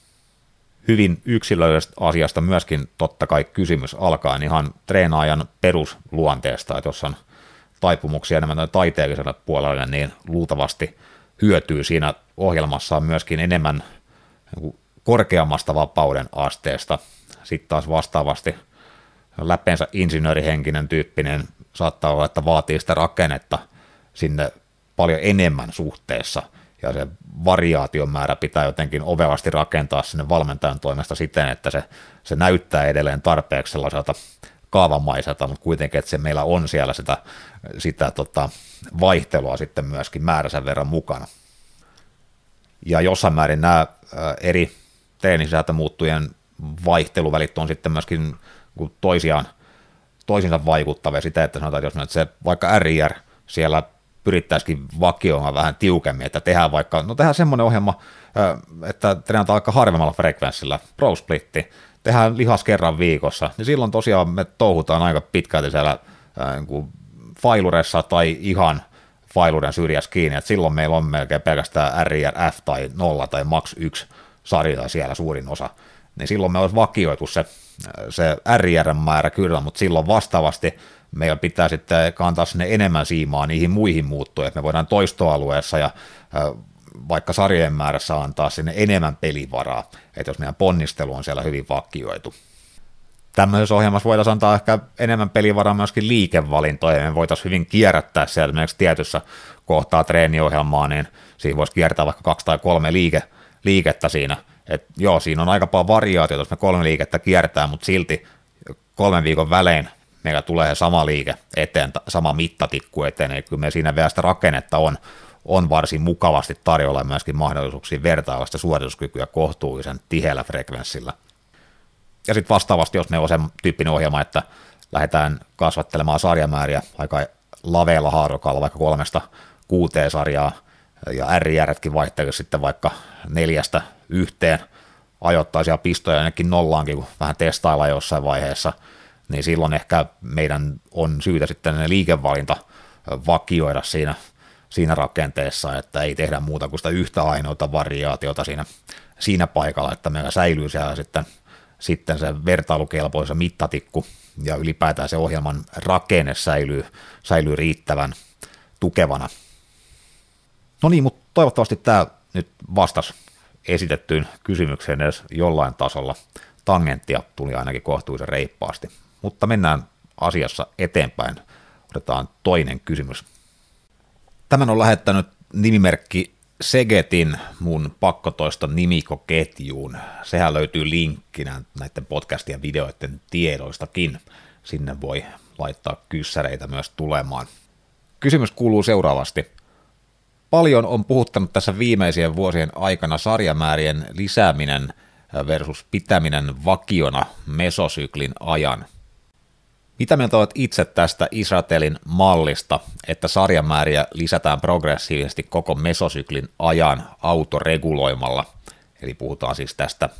Hyvin yksilöllisestä asiasta myöskin totta kai kysymys alkaa ihan treenaajan perusluonteesta, että jos on taipumuksia enemmän taiteelliselle puolelle, niin luultavasti hyötyy siinä ohjelmassaan myöskin enemmän korkeammasta vapauden asteesta. Sitten taas vastaavasti läpeensä insinöörihenkinen tyyppinen saattaa olla, että vaatii sitä rakennetta sinne paljon enemmän suhteessa, ja se variaation määrä pitää jotenkin ovelasti rakentaa sinne valmentajan toimesta siten, että se näyttää edelleen tarpeeksi sellaiselta kaavamaiselta, mutta kuitenkin, että se meillä on siellä sitä vaihtelua sitten myöskin määränsä verran mukana. Ja jossain määrin nämä eri treenisisältömuuttujien vaihteluvälit on sitten myöskin toisiinsa vaikuttavia sitä, että sanotaan, että jos se vaikka RIR siellä pyrittäisikin vakioimaan vähän tiukemmin, että tehdään semmoinen ohjelma, että treenataan vaikka harvemmalla frekvenssillä, pro splitti, tehdään lihas kerran viikossa, niin silloin tosiaan me touhutaan aika pitkälti siellä failuressa tai ihan failuren syrjässä kiinni, että silloin meillä on melkein pelkästään RIR F tai 0 tai max 1 sarjoja siellä suurin osa, niin silloin me olisi vakioitu se RIR-määrä kyllä, mutta silloin vastaavasti meillä pitää sitten kantaa sinne enemmän siimaa niihin muihin muuttuihin, että me voidaan toistoalueessa ja vaikka sarjojen määrässä antaa sinne enemmän pelivaraa, että jos meidän ponnistelu on siellä hyvin vakioitu. Tämmöisessä ohjelmassa voitaisiin antaa ehkä enemmän pelivaraa myöskin liikevalintoja, me voitaisiin hyvin kierrättää siellä esimerkiksi tietyssä kohtaa treeniohjelmaa, niin siinä voisi kiertää vaikka 2 tai 3 liikettä siinä. Et joo, siinä on aika paljon variaatiota, jos me 3 liikettä kiertää, mutta silti 3 viikon välein meillä tulee sama liike eteen, sama mittatikku eteen, eli kyllä me siinä vielä sitä rakennetta on varsin mukavasti tarjolla myöskin mahdollisuuksia vertailla sitä suorituskykyä kohtuullisen tiheällä frekvenssillä. Ja sitten vastaavasti, jos me on sen tyyppinen ohjelma, että lähdetään kasvattelemaan sarjamääriä aika laveilla haarukalla, vaikka 3-6 sarjaa, ja RIR:tkin vaihtelee sitten vaikka 4-1, ajoittaisia pistoja ainakin nollaankin, kun vähän testaillaan jossain vaiheessa, niin silloin ehkä meidän on syytä sitten ne liikevalinta vakioida siinä rakenteessa, että ei tehdä muuta kuin sitä yhtä ainoata variaatiota siinä paikalla, että meillä säilyy siellä sitten se vertailukelpoisa mittatikku ja ylipäätään se ohjelman rakenne säilyy riittävän tukevana. No niin, mutta toivottavasti tämä nyt vastasi esitettyyn kysymykseen edes jollain tasolla. Tangenttia tuli ainakin kohtuullisen reippaasti, mutta mennään asiassa eteenpäin. Otetaan toinen kysymys. Tämän on lähettänyt nimimerkki Segetin mun pakkotoista nimikoketjuun. Sehän löytyy linkkinä näiden podcastien videoiden tiedoistakin. Sinne voi laittaa kyssäreitä myös tulemaan. Kysymys kuuluu seuraavasti. Paljon on puhuttanut tässä viimeisien vuosien aikana sarjamäärien lisääminen versus pitäminen vakiona mesosyklin ajan. Mitä mieltä olet itse tästä Israelin mallista, että sarjamääriä lisätään progressiivisesti koko mesosyklin ajan autoreguloimalla? Eli puhutaan siis tästä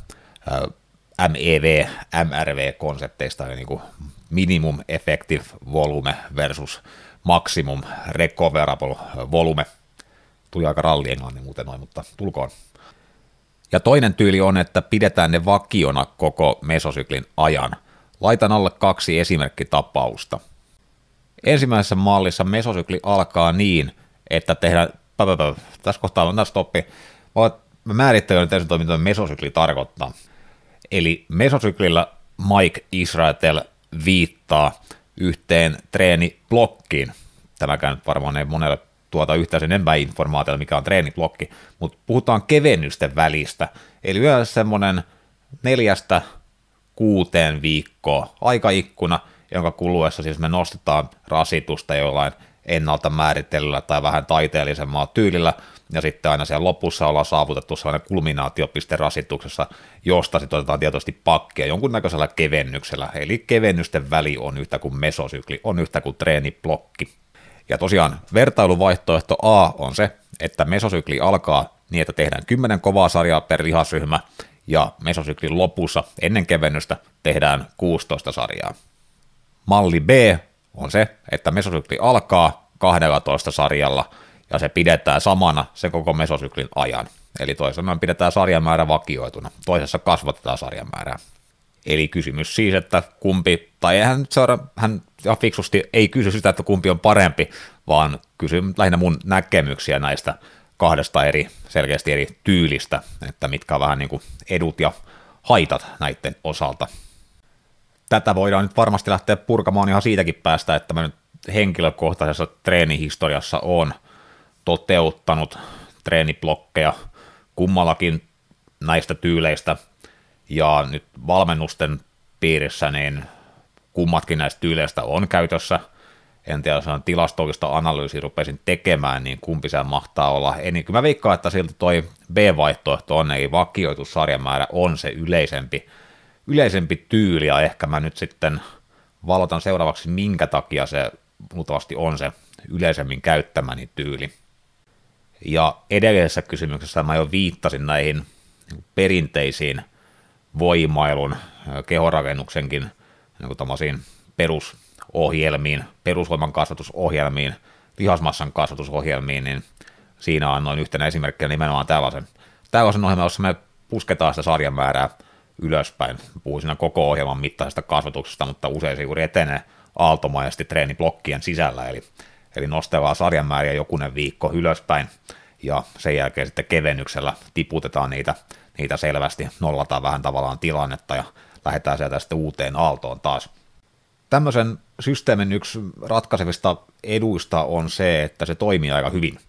MEV, MRV-konsepteista, eli niin kuin minimum effective volume versus maximum recoverable volume. Tuli aika rallienglannin muuten noin, mutta tulkoon. Ja toinen tyyli on, että pidetään ne vakiona koko mesosyklin ajan. Laitan alle 2 esimerkkitapausta. Ensimmäisessä mallissa mesosykli alkaa niin, että tehdään, tässä kohtaa on taas stoppi, mä määrittelen nyt ensin mitä mesosykli tarkoittaa. Eli mesosyklillä Mike Israel viittaa yhteen treeniblokkiin. Tämäkään nyt varmaan ei monelle tuota yhtään sen enempää informaatiota, mikä on treeniblokki, mutta puhutaan kevennysten välistä. Eli yleensä semmoinen 4-6 viikkoa aikaikkuna, jonka kuluessa siis me nostetaan rasitusta jollain ennalta määritellyllä tai vähän taiteellisemmalla tyylillä, ja sitten aina siellä lopussa ollaan saavutettu sellainen kulminaatiopiste rasituksessa, josta sitten otetaan tietysti pakkia jonkunnäköisellä kevennyksellä, eli kevennysten väli on yhtä kuin mesosykli, on yhtä kuin treeniblokki. Ja tosiaan vertailuvaihtoehto A on se, että mesosykli alkaa niin, että tehdään 10 kovaa sarjaa per lihasryhmä, ja mesosyklin lopussa ennen kevennystä tehdään 16 sarjaa. Malli B on se, että mesosykli alkaa 12 sarjalla, ja se pidetään samana se koko mesosyklin ajan. Eli toisessa pidetään sarjamäärä vakioituna, toisessa kasvatetaan sarjamäärää. Eli kysymys siis, että kumpi, tai hän fiksusti ei kysy sitä, että kumpi on parempi, vaan kysyy lähinnä mun näkemyksiä näistä 2 selkeästi eri tyylistä, että mitkä on vähän niin kuin edut ja haitat näiden osalta. Tätä voidaan nyt varmasti lähteä purkamaan ihan siitäkin päästä, että mä nyt henkilökohtaisessa treenihistoriassa on toteuttanut treeniblokkeja kummallakin näistä tyyleistä, ja nyt valmennusten piirissä niin kummatkin näistä tyyleistä on käytössä. En tiedä, jos on tilastollista analyysiä rupesin tekemään, niin kumpi se mahtaa olla. Kyllä mä veikkaan, että silti toi B-vaihtoehto on, eli vakioitu sarjamäärä on se yleisempi tyyli, ja ehkä mä nyt sitten valotan seuraavaksi, minkä takia se luultavasti on se yleisemmin käyttämäni tyyli. Ja edellisessä kysymyksessä mä jo viittasin näihin perinteisiin voimailun, kehorakennuksenkin niin tämmöisiin perusohjelmiin, perusvoiman kasvatusohjelmiin, lihasmassan kasvatusohjelmiin, niin siinä annoin yhtenä esimerkkinä nimenomaan tällaisen ohjelman, jossa me pusketaan sitä sarjamäärää ylöspäin. Puhuu siinä koko ohjelman mittaisesta kasvatuksesta, mutta usein se juuri etenee aaltomaisesti treeniblokkien sisällä, eli nostellaan sarjamääriä jokunen viikko ylöspäin, ja sen jälkeen sitten kevennyksellä tiputetaan niitä selvästi, nollataan vähän tavallaan tilannetta, ja lähdetään sieltä sitten uuteen aaltoon taas. Tämmöisen systeemin yksi ratkaisevista eduista on se, että se toimii aika hyvin.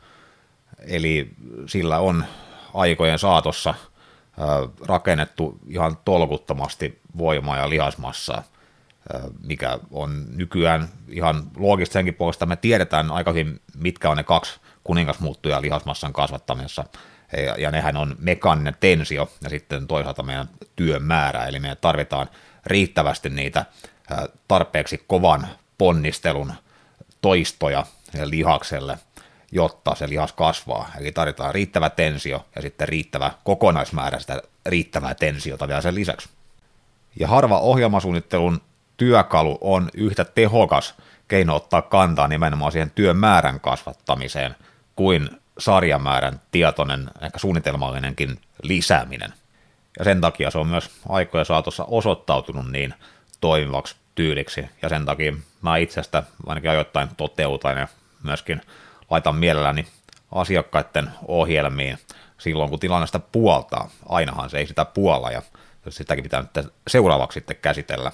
Eli sillä on aikojen saatossa rakennettu ihan tolkuttomasti voimaa ja lihasmassaa, mikä on nykyään ihan loogista senkin puolesta. Me tiedetään aika hyvin, mitkä on ne kaksi kuningasmuuttujaa lihasmassan kasvattamisessa, ja nehän on mekaaninen tensio ja sitten toisaalta meidän työn määrä, eli me tarvitaan riittävästi niitä tarpeeksi kovan ponnistelun toistoja lihakselle, jotta se lihas kasvaa. Eli tarvitaan riittävä tensio ja sitten riittävä kokonaismäärä sitä riittävää tensiota vielä sen lisäksi. Ja harva ohjelmasuunnittelun työkalu on yhtä tehokas keino ottaa kantaa nimenomaan siihen työn määrän kasvattamiseen kuin sarjamäärän tietoinen, ehkä suunnitelmallinenkin lisääminen. Ja sen takia se on myös aikojen saatossa osoittautunut niin toimivaksi tyyliksi, ja sen takia mä itsestä ainakin ajoittain toteutan ja myöskin laitan mielelläni asiakkaiden ohjelmiin silloin, kun tilanne sitä puoltaa. Ainahan se ei sitä puolla, ja sitäkin pitää nyt seuraavaksi sitten käsitellä.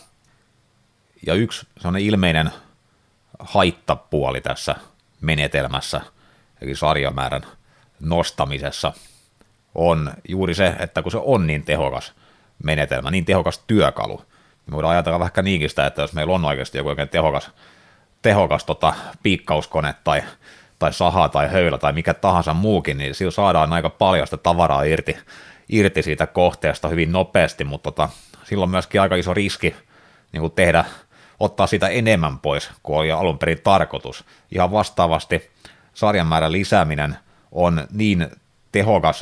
Ja yksi sellainen ilmeinen haittapuoli tässä menetelmässä, eli sarjamäärän nostamisessa, on juuri se, että kun se on niin tehokas menetelmä, niin tehokas työkalu, niin voidaan ajatella vähän niinkin sitä, että jos meillä on oikeasti joku oikein tehokas piikkauskone tai saha tai höylä tai mikä tahansa muukin, niin sillä saadaan aika paljon sitä tavaraa irti siitä kohteesta hyvin nopeasti, mutta sillä on myöskin aika iso riski niin kuin ottaa sitä enemmän pois, kuin oli alun perin tarkoitus. Ihan vastaavasti sarjamäärän lisääminen on niin tehokas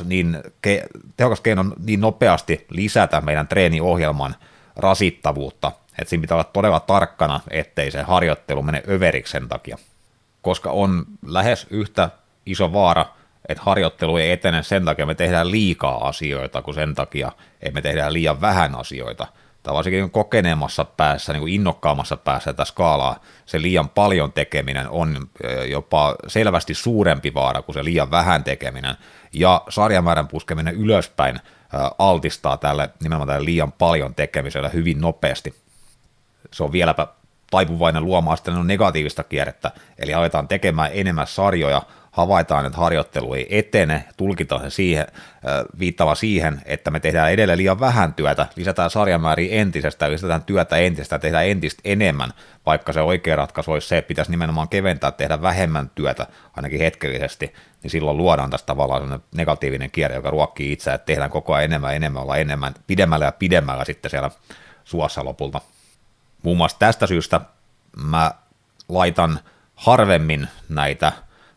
keino niin nopeasti lisätä meidän treeniohjelman rasittavuutta, että siinä pitää olla todella tarkkana, ettei se harjoittelu mene överiksi sen takia. Koska on lähes yhtä iso vaara, että harjoittelu ei etene sen takia, me tehdään liikaa asioita, kuin sen takia, että me tehdään liian vähän asioita. Tai varsinkin kokeneemmassa päässä, niin kuin innokkaammassa päässä tätä skaalaa, se liian paljon tekeminen on jopa selvästi suurempi vaara kuin se liian vähän tekeminen, ja sarjamäärän puskeminen ylöspäin altistaa nimenomaan tälle liian paljon tekemiselle hyvin nopeasti. Se on vieläpä taipuvainen luomaan sitten negatiivista kierrettä, eli aletaan tekemään enemmän sarjoja, havaitaan, että harjoittelu ei etene, tulkitaan se viittava siihen, että me tehdään edelleen liian vähän työtä, lisätään sarjamääriä entisestään, lisätään työtä entisestään, tehdään entistä enemmän, vaikka se oikea ratkaisu olisi se, että pitäisi nimenomaan keventää, tehdä vähemmän työtä, ainakin hetkellisesti, niin silloin luodaan tästä tavallaan sellainen negatiivinen kierre, joka ruokkii itseään, että tehdään koko ajan enemmän, olla enemmän, pidemmällä ja pidemmällä sitten siellä suossa lopulta. Muun muassa tästä syystä mä laitan harvemmin näitä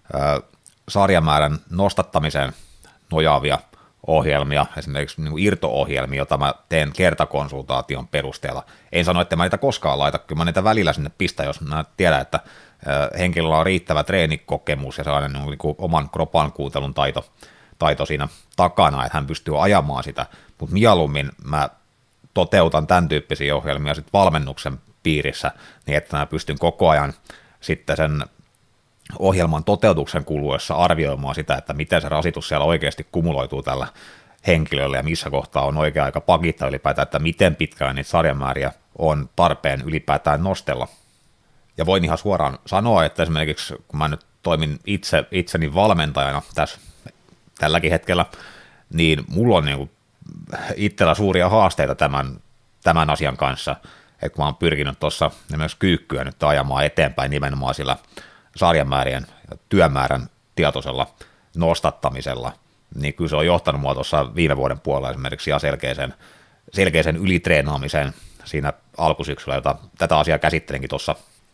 sarjamäärän nostattamiseen nojaavia ohjelmia, esimerkiksi niin kuin irto-ohjelmia, joita mä teen kertakonsultaation perusteella. En sano, että mä niitä koskaan laita, kyllä mä niitä välillä sinne pistän, jos mä tiedän, että henkilöllä on riittävä treenikokemus ja sellainen niin kuin oman kropan kuuntelun taito siinä takana, että hän pystyy ajamaan sitä, mutta mieluummin mä toteutan tämän tyyppisiä ohjelmia sitten valmennuksen piirissä, niin että mä pystyn koko ajan sitten sen ohjelman toteutuksen kuluessa arvioimaan sitä, että miten se rasitus siellä oikeasti kumuloituu tällä henkilöllä ja missä kohtaa on oikea aika pakittaa ylipäätään, että miten pitkään niitä sarjamääriä on tarpeen ylipäätään nostella. Ja voin ihan suoraan sanoa, että esimerkiksi kun mä nyt toimin itseni valmentajana tälläkin hetkellä, niin mulla on niin itsellä suuria haasteita tämän asian kanssa, että kun mä oon pyrkinyt tuossa myös kyykkyä nyt ajamaan eteenpäin nimenomaan sillä sarjamäärien ja työmäärän tietoisella nostattamisella, niin kyllä se on johtanut mua tuossa viime vuoden puolella esimerkiksi ihan selkeäseen ylitreenaamiseen siinä alkusyksyllä, jota tätä asiaa käsittelinkin tuossa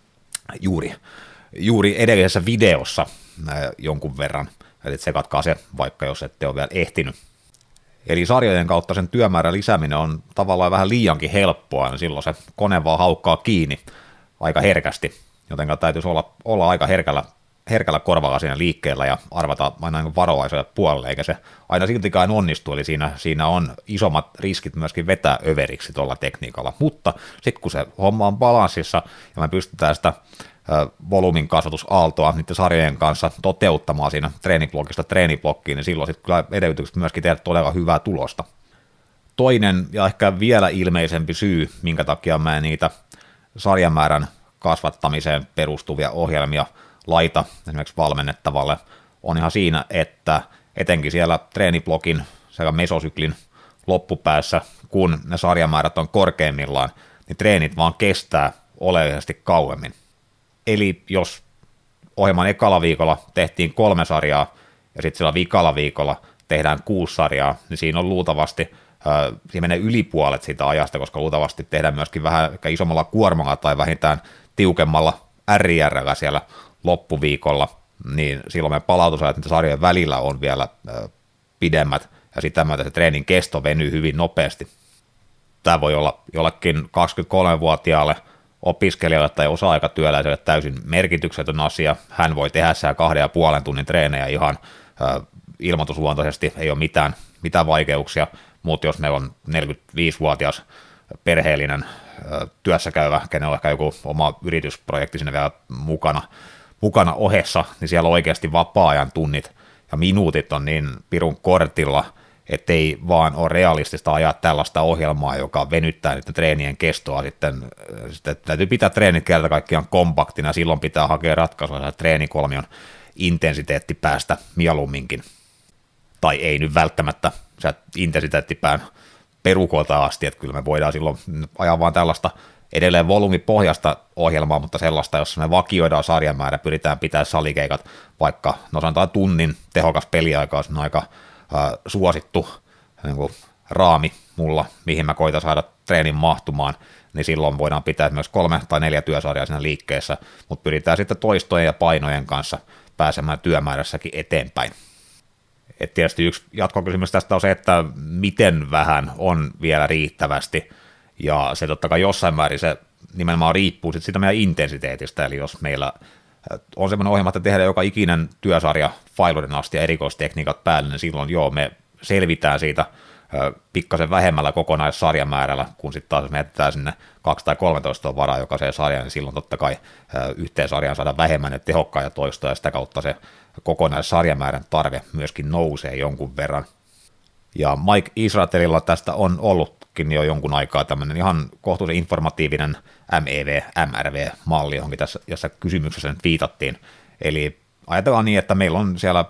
juuri edellisessä videossa jonkun verran, eli tsekatkaa se, vaikka jos ette ole vielä ehtinyt. Eli sarjojen kautta sen työmäärän lisääminen on tavallaan vähän liiankin helppoa, ja silloin se kone vaan haukkaa kiinni aika herkästi, joten täytyisi olla aika herkällä herkällä korvalla siinä liikkeellä ja arvata aina niin varovaiselle puolelle, eikä se aina siltikään onnistu, eli siinä on isommat riskit myöskin vetää överiksi tuolla tekniikalla, mutta sitten kun se homma on balanssissa ja me pystytään sitä volyymin kasvatusaaltoa niiden sarjojen kanssa toteuttamaan siinä treeniblokista treeniblokkiin, niin silloin sitten kyllä edellytykset myöskin tehdä todella hyvää tulosta. Toinen ja ehkä vielä ilmeisempi syy, minkä takia mä niitä sarjamäärän kasvattamiseen perustuvia ohjelmia laita esimerkiksi valmennettavalle, on ihan siinä, että etenkin siellä treeniblokin sekä mesosyklin loppupäässä, kun ne sarjamäärät on korkeimmillaan, niin treenit vaan kestää oleellisesti kauemmin. Eli jos ohjelman ekalla viikolla tehtiin 3 sarjaa ja sitten sillä vikalla viikolla tehdään 6 sarjaa, niin siinä on luultavasti, siinä menee yli puolet siitä ajasta, koska luultavasti tehdään myöskin vähän ehkä isommalla kuormalla tai vähintään tiukemmalla RIR:llä siellä loppuviikolla, niin silloin me palautusajat niiden sarjojen välillä on vielä pidemmät, ja sitä myötä se treenin kesto venyy hyvin nopeasti. Tämä voi olla jollekin 23-vuotiaalle opiskelijalle tai osa-aikatyöläiselle täysin merkityksetön asia. Hän voi tehdä siellä 2,5 tunnin treenejä ihan ilmoitusluontoisesti, ei ole mitään vaikeuksia, mutta jos meillä on 45-vuotias perheellinen työssäkäyvä, kenellä on ehkä joku oma yritysprojekti sinne vielä mukana ohessa, niin siellä oikeasti vapaa-ajan tunnit ja minuutit on niin pirun kortilla, ettei vaan ole realistista ajaa tällaista ohjelmaa, joka venyttää niiden treenien kestoa. Sitten täytyy pitää treenit kerta kaikkiaan kompaktina, silloin pitää hakea ratkaisua treenikolmion intensiteettipäästä mieluumminkin. Tai ei nyt välttämättä se intensiteettipään perukolta asti, että kyllä me voidaan silloin ajaa vaan tällaista edelleen volyymipohjasta ohjelmaa, mutta sellaista, jossa me vakioidaan sarjamäärä, pyritään pitämään salikeikat, vaikka no sanotaan tunnin tehokas peliaika on aika suosittu niin kuin raami mulla, mihin mä koitan saada treenin mahtumaan, niin silloin voidaan pitää myös 3 tai 4 työsarjaa siinä liikkeessä, mutta pyritään sitten toistojen ja painojen kanssa pääsemään työmäärässäkin eteenpäin. Et tietysti yksi jatkokysymys tästä on se, että miten vähän on vielä riittävästi, ja se totta kai jossain määrin se nimenomaan riippuu sitten siitä meidän intensiteetistä, eli jos meillä on semmoinen ohjelma, että tehdään joka ikinen työsarja failuiden asti ja erikoistekniikat päälle, niin silloin joo, me selvitään siitä pikkasen vähemmällä kokonaissarjamäärällä, kun sitten taas me jätetään sinne 2 tai 13 varaa jokaiseen sarjaan, niin silloin totta kai yhteen sarjaan saada vähemmän ja tehokkaita toistoja, ja sitä kautta se kokonaissarjamäärän tarve myöskin nousee jonkun verran. Ja Mike Israelilla tästä on ollutkin jo jonkun aikaa tämmöinen ihan kohtuullisen informatiivinen MRV-malli, johonkin tässä jossa kysymyksessä nyt viitattiin. Eli ajatellaan niin, että meillä on siellä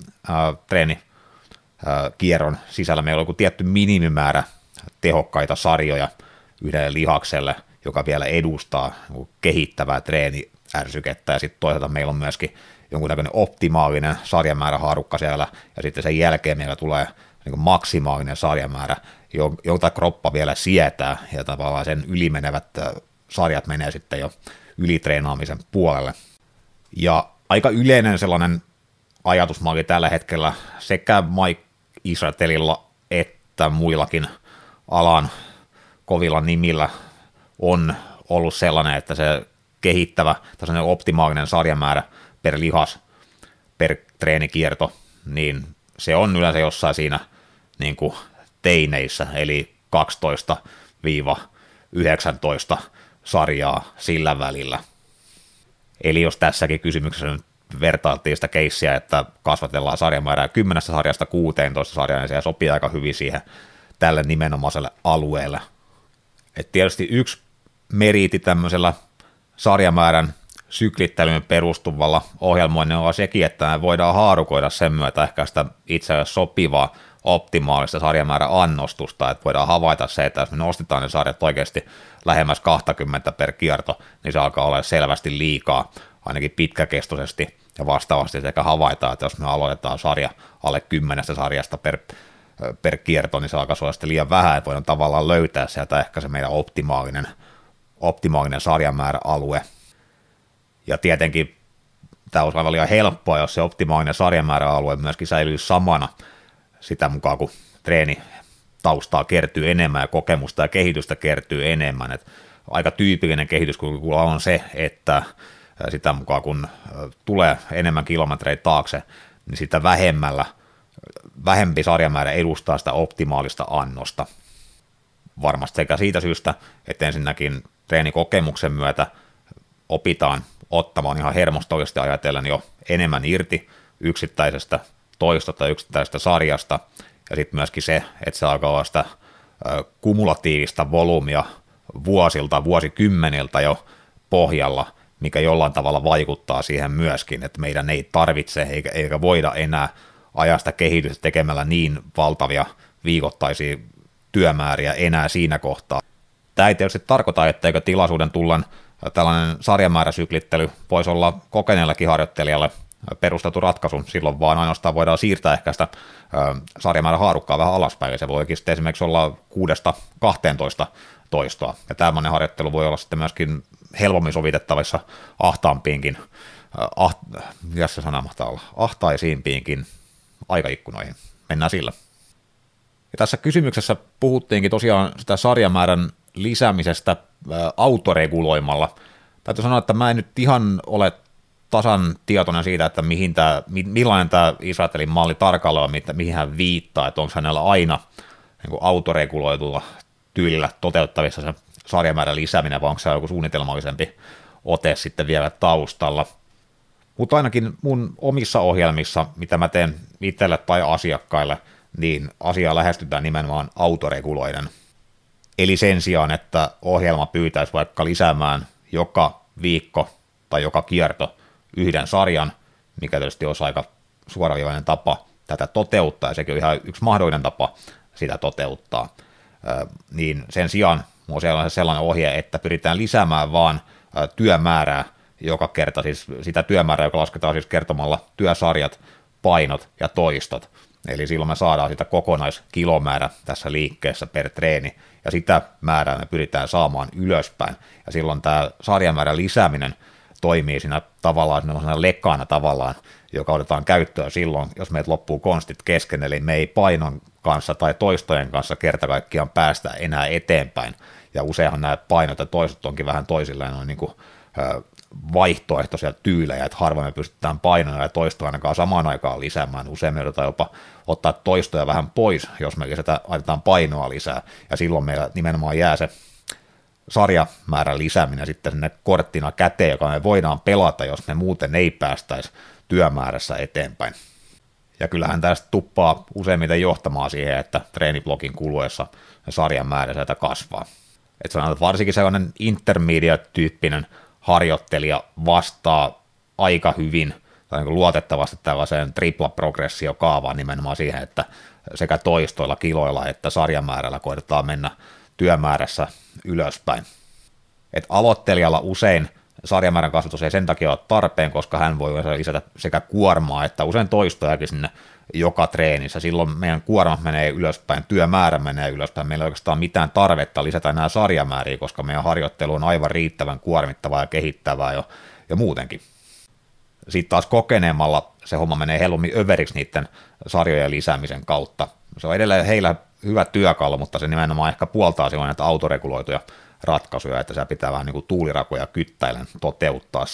treenikierron sisällä meillä on joku tietty minimimäärä tehokkaita sarjoja yhdelle lihakselle, joka vielä edustaa kehittävää treeniärsykettä, ja sitten toisaalta meillä on myöskin jonkunnäköinen optimaalinen sarjamäärähaarukka siellä, ja sitten sen jälkeen meillä tulee niin maksimaalinen sarjamäärä, jota kroppa vielä sietää, ja tavallaan sen ylimenevät sarjat menee sitten jo ylitreenaamisen puolelle. Ja aika yleinen sellainen ajatusmalli tällä hetkellä sekä Mike Israelilla että muillakin alan kovilla nimillä on ollut sellainen, että se kehittävä tai optimaalinen sarjamäärä per lihas, per treenikierto, niin se on yleensä jossain siinä niin kuin teineissä, eli 12-19 sarjaa sillä välillä. Eli jos tässäkin kysymyksessä nyt vertailtiin sitä keissiä, että kasvatellaan sarjamäärää 10 sarjasta 16 sarjaa, niin se sopii aika hyvin siihen tälle nimenomaiselle alueelle. Et tietysti yksi meriiti tämmöisellä sarjamäärän syklittelyyn perustuvalla ohjelmoinnilla on sekin, että me voidaan haarukoida sen myötä ehkä sitä itse asiassa sopivaa optimaalista sarjamäärän annostusta, että voidaan havaita se, että jos me nostetaan ne sarjat oikeasti lähemmäs 20 per kierto, niin se alkaa olla selvästi liikaa, ainakin pitkäkestoisesti, ja vastaavasti sekä havaitaan, että jos me aloitetaan sarja alle 10 sarjasta per kierto, niin se alkaa olla sitten liian vähän, että voidaan tavallaan löytää sieltä ehkä se meidän optimaalinen sarjamääräalue. Ja tietenkin tämä olisi aivan liian helppoa, jos se optimaalinen sarjamääräalue myöskin säilyy samana sitä mukaan, kun treenitaustaa kertyy enemmän ja kokemusta ja kehitystä kertyy enemmän. Et aika tyypillinen kehityskulku on se, että sitä mukaan, kun tulee enemmän kilometreitä taakse, niin sitä vähempi sarjamäärä edustaa sitä optimaalista annosta. Varmasti sekä siitä syystä, että ensinnäkin treenikokemuksen myötä opitaan ottamaan ihan hermostollisesti ajatellen jo enemmän irti yksittäisestä toistosta tai yksittäisestä sarjasta, ja sitten myöskin se, että se alkaa olla sitä kumulatiivista volyymia vuosikymmeniltä jo pohjalla, mikä jollain tavalla vaikuttaa siihen myöskin, että meidän ei tarvitse eikä voida enää ajasta kehitystä tekemällä niin valtavia viikoittaisia työmääriä enää siinä kohtaa. Tämä ei tietysti tarkoita, etteikö tilaisuuden tullen tällainen sarjamääräsyklittely voisi olla kokeneellekin harjoittelijalle perusteltu ratkaisu, silloin vaan ainoastaan voidaan siirtää ehkä sitä sarjamäärän haarukkaa vähän alaspäin, eli se voikin sitten esimerkiksi olla 6-12 toistoa, ja tämmöinen harjoittelu voi olla sitten myöskin helpommin sovitettavissa ahtaampiinkin, mikä se sana mahtaa olla, ahtaisiimpiinkin aikaikkunoihin. Mennään sillä. Ja tässä kysymyksessä puhuttiinkin tosiaan sitä sarjamäärän lisäämisestä autoreguloimalla. Täytyy sanoa, että mä en nyt ihan ole tasan tietoinen siitä, että millainen tämä Israelin malli tarkalleen on, mihin hän viittaa, että onko hänellä aina niin autoreguloitulla tyylillä toteuttavissa se sarjamäärän lisääminen, vai onko se joku suunnitelmallisempi ote sitten vielä taustalla. Mutta ainakin mun omissa ohjelmissa, mitä mä teen itselle tai asiakkaille, niin asiaa lähestytään nimenomaan autoreguloiden. Eli sen sijaan, että ohjelma pyytäisi vaikka lisäämään joka viikko tai joka kierto yhden sarjan, mikä tietysti olisi aika suoraviivainen tapa tätä toteuttaa, ja sekin on ihan yksi mahdollinen tapa sitä toteuttaa, niin sen sijaan on sellainen ohje, että pyritään lisäämään vaan työmäärää joka kerta, siis sitä työmäärää, joka lasketaan siis kertomalla työsarjat, painot ja toistot. Eli silloin me saadaan sitä kokonaiskilomäärä tässä liikkeessä per treeni, ja sitä määrää me pyritään saamaan ylöspäin, ja silloin tämä sarjamäärän lisääminen toimii siinä tavallaan lekkaana tavallaan, joka otetaan käyttöön silloin, jos meitä loppuu konstit kesken, eli me ei painon kanssa tai toistojen kanssa kerta kaikkiaan päästä enää eteenpäin, ja useinhan nämä painot ja toistot onkin vähän toisilleen noin niin kuin vaihtoehtoisia tyylejä, että harvoin me pystytään painoja ja toistoja ainakaan samaan aikaan lisäämään, usein me joudutaan jopa ottaa toistoja vähän pois, jos me laitetaan painoa lisää, ja silloin meillä nimenomaan jää se sarjamäärän lisääminen sitten sinne korttina käteen, joka me voidaan pelata, jos me muuten ei päästäisi työmäärässä eteenpäin. Ja kyllähän tästä tuppaa useimmiten johtamaan siihen, että treeniblogin kuluessa sarjan määrä sieltä kasvaa. Että sanotaan, että varsinkin sellainen intermediate-tyyppinen harjoittelija vastaa aika hyvin tai niin luotettavasti tällaiseen tripla-progressio-kaavaan nimenomaan siihen, että sekä toistoilla, kiloilla että sarjamäärällä koitetaan mennä työmäärässä ylöspäin. Et aloittelijalla usein sarjamäärän kasvatus ei sen takia ole tarpeen, koska hän voi lisätä sekä kuormaa että usein toistojakin sinne joka treenissä. Silloin meidän kuorma menee ylöspäin, työmäärä menee ylöspäin. Meillä ei oikeastaan mitään tarvetta lisätä enää sarjamääriä, koska meidän harjoittelu on aivan riittävän kuormittavaa ja kehittävää jo muutenkin. Sitten taas kokeneemmalla se homma menee helpommin överiksi niiden sarjojen lisäämisen kautta. Se on edelleen heillä hyvä työkalu, mutta se nimenomaan ehkä puoltaa silloin näitä autoreguloituja ratkaisuja, että se pitää vähän niin kuin tuulirakoja kyttäilen toteuttaa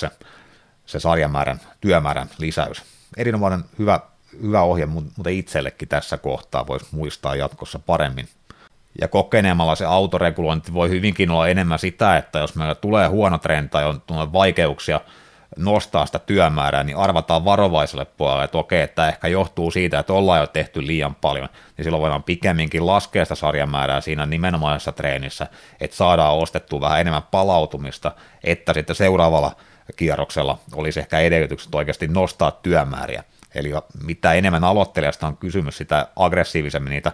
se sarjamäärän, työmäärän lisäys. Erinomainen hyvä ohje, mutta itsellekin tässä kohtaa voisi muistaa jatkossa paremmin. Ja kokeneemmalla se autoregulointi voi hyvinkin olla enemmän sitä, että jos meillä tulee huono treeni tai on vaikeuksia nostaa sitä työmäärää, niin arvataan varovaiselle puolelle, että okei, että ehkä johtuu siitä, että ollaan jo tehty liian paljon, niin silloin voidaan pikemminkin laskea sitä sarjamäärää siinä nimenomaisessa treenissä, että saadaan ostettua vähän enemmän palautumista, että sitten seuraavalla kierroksella olisi ehkä edellytykset oikeasti nostaa työmääriä. Eli mitä enemmän aloittelijasta on kysymys, sitä aggressiivisemmin niitä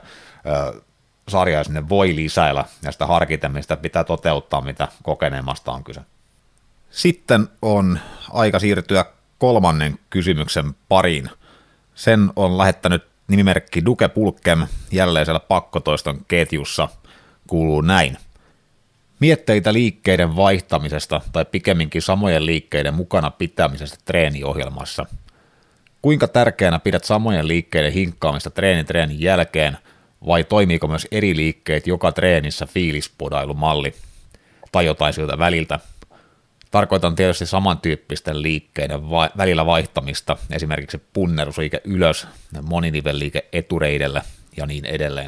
sarjaa sinne voi lisäillä, ja sitä harkiten sitä pitää toteuttaa, mitä kokeneemmasta on kyse. Sitten on aika siirtyä kolmannen kysymyksen pariin. Sen on lähettänyt nimimerkki Duke Pulkem jälleen siellä pakkotoiston ketjussa. Kuuluu näin. Mietteitä liikkeiden vaihtamisesta tai pikemminkin samojen liikkeiden mukana pitämisestä treeniohjelmassa. Kuinka tärkeänä pidät samojen liikkeiden hinkkaamista treenin jälkeen, vai toimiiko myös eri liikkeet joka treenissä fiilispodailumalli tai jotain siltä väliltä? Tarkoitan tietysti samantyyppisten liikkeiden välillä vaihtamista, esimerkiksi punnerusliike ylös, moninivelliike etureidelle ja niin edelleen.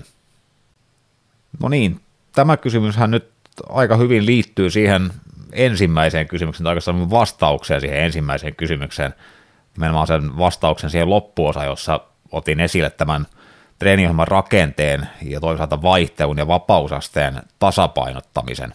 No niin, tämä kysymyshän nyt aika hyvin liittyy siihen ensimmäiseen kysymykseen, tai oikeastaan vastaukseen siihen ensimmäiseen kysymykseen, nimenomaan sen vastauksen siihen loppuosaan, jossa otin esille tämän treeniohjelman rakenteen ja toisaalta vaihtelun ja vapausasteen tasapainottamisen.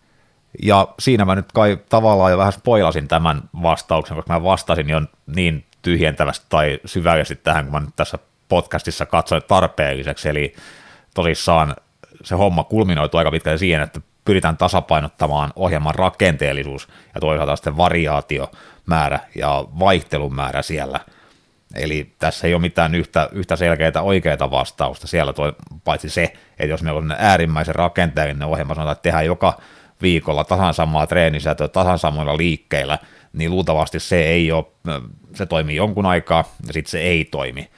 Ja siinä mä nyt kai tavallaan jo vähän spoilasin tämän vastauksen, koska mä vastasin jo niin tyhjentävästi tai syvällisesti tähän, kun mä nyt tässä podcastissa katsoin tarpeelliseksi, eli tosissaan se homma kulminoituu aika pitkälti siihen, että pyritään tasapainottamaan ohjelman rakenteellisuus ja toisaalta sitten variaatiomäärä ja vaihtelun määrä siellä. Eli tässä ei ole mitään yhtä selkeää oikeaa vastausta siellä, paitsi se, että jos meillä on äärimmäisen rakenteellinen ohjelma, sanotaan, että tehdään joka viikolla tasan samaa treenisäätöä, tasan samoilla liikkeillä, niin luultavasti se toimii jonkun aikaa ja sitten se ei toimi.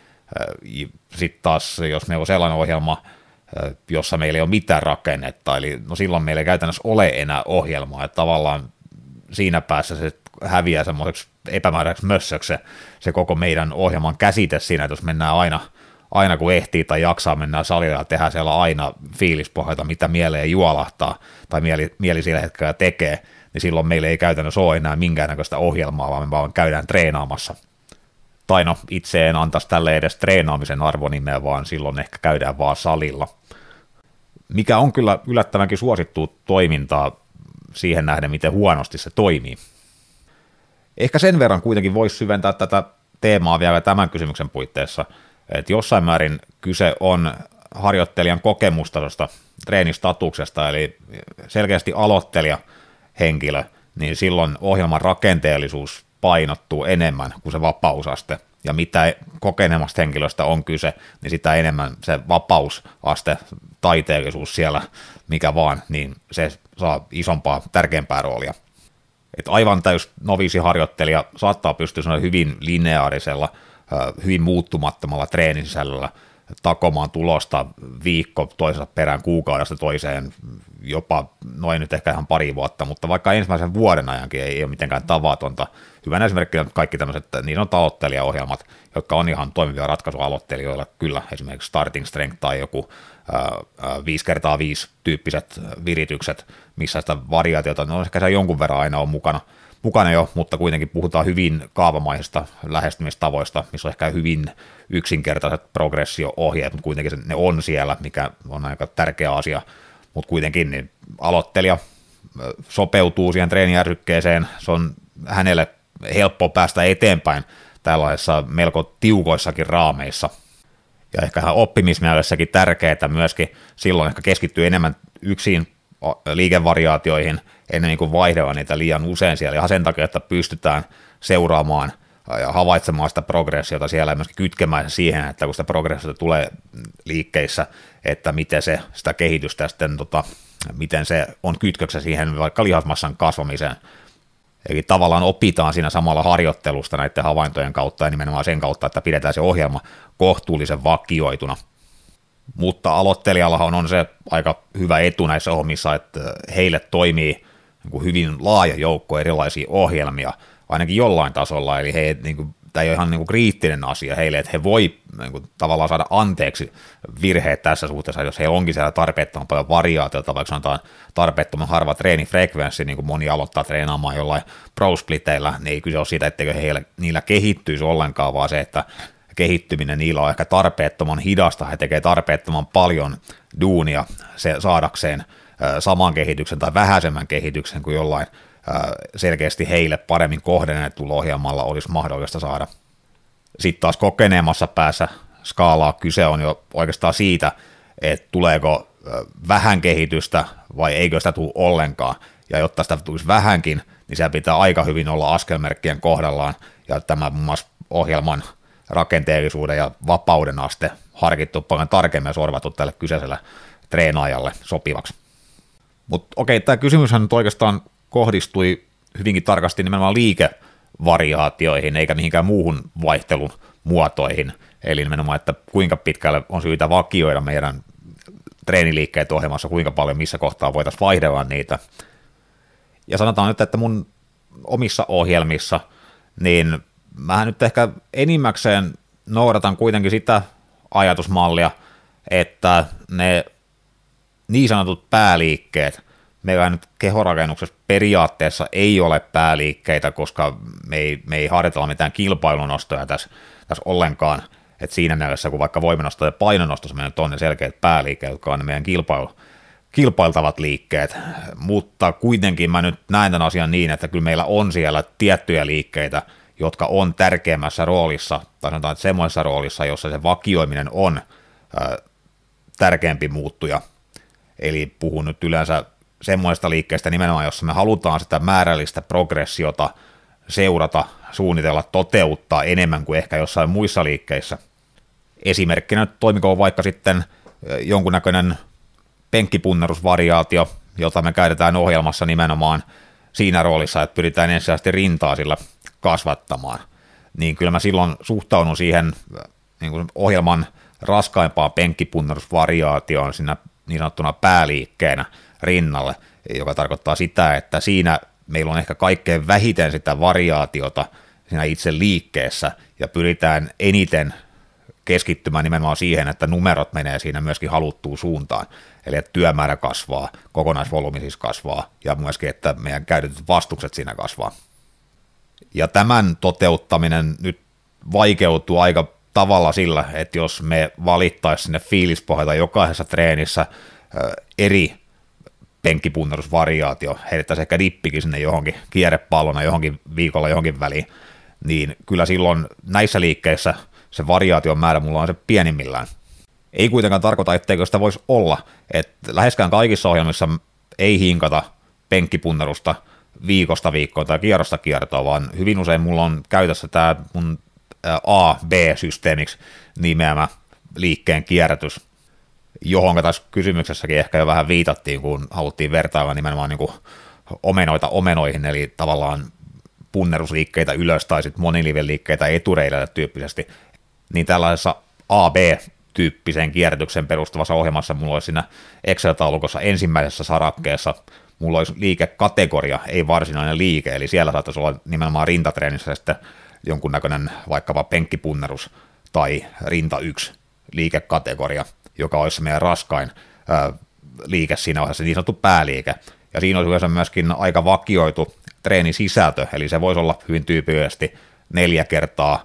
Sitten taas, jos meillä on sellainen ohjelma, jossa meillä ei ole mitään rakennetta, eli no silloin meillä ei käytännössä ole enää ohjelmaa, että tavallaan siinä päässä se häviää semmoiseksi epämääräiseksi mössöksi se koko meidän ohjelman käsite siinä, että jos mennään aina kun ehtii tai jaksaa mennään salilla ja tehdään siellä aina fiilispohjalta, mitä mieleen juolahtaa tai mieli sillä hetkellä tekee, niin silloin meillä ei käytännössä ole enää minkäännäköistä ohjelmaa, vaan me vaan käydään treenaamassa. Tai no, itse en antaisi tälle edes treenaamisen arvonimeä, vaan silloin ehkä käydään vaan salilla. Mikä on kyllä yllättävänkin suosittua toimintaa siihen nähden, miten huonosti se toimii. Ehkä sen verran kuitenkin voisi syventää tätä teemaa vielä tämän kysymyksen puitteissa, että jossain määrin kyse on harjoittelijan kokemustasosta, treenistatuksesta, eli selkeästi aloittelijahenkilö, niin silloin ohjelman rakenteellisuus painottuu enemmän kuin se vapausaste. Ja mitä kokeneemmasta henkilöstä on kyse, niin sitä enemmän se vapausaste, taiteellisuus siellä, mikä vaan, niin se saa isompaa, tärkeämpää roolia. Et aivan täys noviisiharjoittelija saattaa pystyä hyvin lineaarisella, hyvin muuttumattomalla treenisisällöllä takomaan tulosta viikko toisessa perään kuukaudesta toiseen, jopa noin nyt ehkä ihan pari vuotta, mutta vaikka ensimmäisen vuoden ajankin ei ole mitenkään tavatonta. Hyvänä esimerkkinä kaikki tämmöiset niin on aloittelijaohjelmat, jotka on ihan toimivia ratkaisuja aloittelijoilla, kyllä esimerkiksi Starting Strength tai joku 5x5 tyyppiset viritykset, missä sitä variaatiota, no ehkä se jonkun verran aina on mukana jo, mutta kuitenkin puhutaan hyvin kaavamaisista lähestymistavoista, missä on ehkä hyvin yksinkertaiset progressio-ohjeet, mutta kuitenkin ne on siellä, mikä on aika tärkeä asia, mutta kuitenkin niin aloittelija sopeutuu siihen treenijärjykkeeseen, se on hänelle helppo päästä eteenpäin tällaisissa melko tiukoissakin raameissa. Ja ehkä ihan oppimismielessäkin tärkeää myöskin silloin ehkä keskittyy enemmän yksin liikevariaatioihin ennen kuin vaihdella niitä liian usein siellä. Ihan sen takia, että pystytään seuraamaan ja havaitsemaan sitä progressiota siellä ja myöskin kytkemään siihen, että kun sitä progressiota tulee liikkeissä, että miten sitä kehitystä sitten, miten se on kytköksessä siihen vaikka lihasmassan kasvamiseen. Eli tavallaan opitaan siinä samalla harjoittelusta näiden havaintojen kautta ja nimenomaan sen kautta, että pidetään se ohjelma kohtuullisen vakioituna. Mutta aloittelijallahan on se aika hyvä etu näissä hommissa, että heille toimii hyvin laaja joukko erilaisia ohjelmia, ainakin jollain tasolla, eli tämä ei ole ihan kriittinen asia heille, että he voi tavallaan saada anteeksi virheet tässä suhteessa, jos heillä onkin siellä tarpeettoman paljon variaatiota, vaikka sanotaan tarpeettoman harva treenifrekvenssi, niin kuin moni aloittaa treenaamaan jollain pro-spliteillä, niin ei kyse ole siitä, etteikö niillä kehittyisi ollenkaan, vaan se, että kehittyminen niillä on ehkä tarpeettoman hidasta, he tekee tarpeettoman paljon duunia saadakseen saman kehityksen tai vähäisemmän kehityksen kuin jollain selkeästi heille paremmin kohdennetulla ohjelmalla olisi mahdollista saada. Sitten taas kokeneemmassa päässä skaalaa kyse on jo oikeastaan siitä, että tuleeko vähän kehitystä vai eikö sitä tule ollenkaan. Ja jotta sitä tulisi vähänkin, niin se pitää aika hyvin olla askelmerkkien kohdallaan. Ja tämä muun muassa ohjelman rakenteellisuuden ja vapauden aste harkittu paljon tarkemmin ja sorvattu tälle kyseiselle treenaajalle sopivaksi. Mutta okei, tämä kysymyshän nyt oikeastaan kohdistui hyvinkin tarkasti nimenomaan liikevariaatioihin, eikä mihinkään muuhun vaihtelun muotoihin, eli nimenomaan, että kuinka pitkälle on syytä vakioida meidän treeniliikkeet ohjelmassa, kuinka paljon missä kohtaa voitaisiin vaihdella niitä. Ja sanotaan nyt, että mun omissa ohjelmissa, niin mä nyt ehkä enimmäkseen noudatan kuitenkin sitä ajatusmallia, että ne niin sanotut pääliikkeet, meillä nyt kehorakennuksessa periaatteessa ei ole pääliikkeitä, koska me ei harjoitella mitään nostoja tässä ollenkaan, että siinä mielessä, kun vaikka voimanosto ja painonostossa meillä on ne selkeät pääliikkeet, jotka on ne meidän kilpailtavat liikkeet, mutta kuitenkin mä nyt näen tämän asian niin, että kyllä meillä on siellä tiettyjä liikkeitä, jotka on tärkeämmässä roolissa, tai sanotaan, että semmoisessa roolissa, jossa se vakioiminen on tärkeämpi muuttuja. Eli puhun nyt yleensä semmoista liikkeestä nimenomaan, jossa me halutaan sitä määrällistä progressiota seurata, suunnitella, toteuttaa enemmän kuin ehkä jossain muissa liikkeissä. Esimerkkinä nyt toimikoon vaikka sitten jonkunnäköinen penkkipunnerusvariaatio, jota me käytetään ohjelmassa nimenomaan siinä roolissa, että pyritään ensisijaisesti rintaa sillä kasvattamaan. Niin kyllä mä silloin suhtaudun siihen niin kuin ohjelman raskaimpaan penkkipunnerusvariaatioon siinä niin sanottuna pääliikkeenä rinnalle, joka tarkoittaa sitä, että siinä meillä on ehkä kaikkein vähiten sitä variaatiota siinä itse liikkeessä, ja pyritään eniten keskittymään nimenomaan siihen, että numerot menee siinä myöskin haluttuun suuntaan, eli että työmäärä kasvaa, kokonaisvolyymi siis kasvaa, ja myöskin, että meidän käytetyt vastukset siinä kasvaa. Ja tämän toteuttaminen nyt vaikeutuu aika tavalla sillä, että jos me valittaisiin sinne fiilispohjalta jokaisessa treenissä eri penkkipunnerusvariaatio, heidettäisiin ehkä dippikin sinne johonkin kierrepallona johonkin viikolla johonkin väliin, niin kyllä silloin näissä liikkeissä se variaation määrä mulla on se pienimmillään. Ei kuitenkaan tarkoita, etteikö sitä voisi olla, että läheskään kaikissa ohjelmissa ei hinkata penkkipunnerusta viikosta viikkoon tai kierrosta kiertoa, vaan hyvin usein mulla on käytössä tämä mun A-B-systeemiksi nimeämä liikkeen kierrätys, johon tässä kysymyksessäkin ehkä jo vähän viitattiin, kun haluttiin vertailla nimenomaan niin kuin omenoita omenoihin, eli tavallaan punnerusliikkeitä ylös tai sitten moniliveliikkeitä etureidelle tyyppisesti, niin tällaisessa A-B-tyyppiseen kierrätykseen perustuvassa ohjelmassa mulla olisi siinä Excel-taulukossa ensimmäisessä sarakkeessa mulla olisi liikekategoria, ei varsinainen liike, eli siellä saattaisi olla nimenomaan rintatreenissä sitten jonkunnäköinen vaikkapa penkkipunnerus tai rinta 1 liikekategoria, joka olisi meidän raskain liike siinä vaiheessa, niin sanottu pääliike. Ja siinä olisi yleensä myöskin aika vakioitu treenisisältö, eli se voisi olla hyvin tyypillisesti 4 kertaa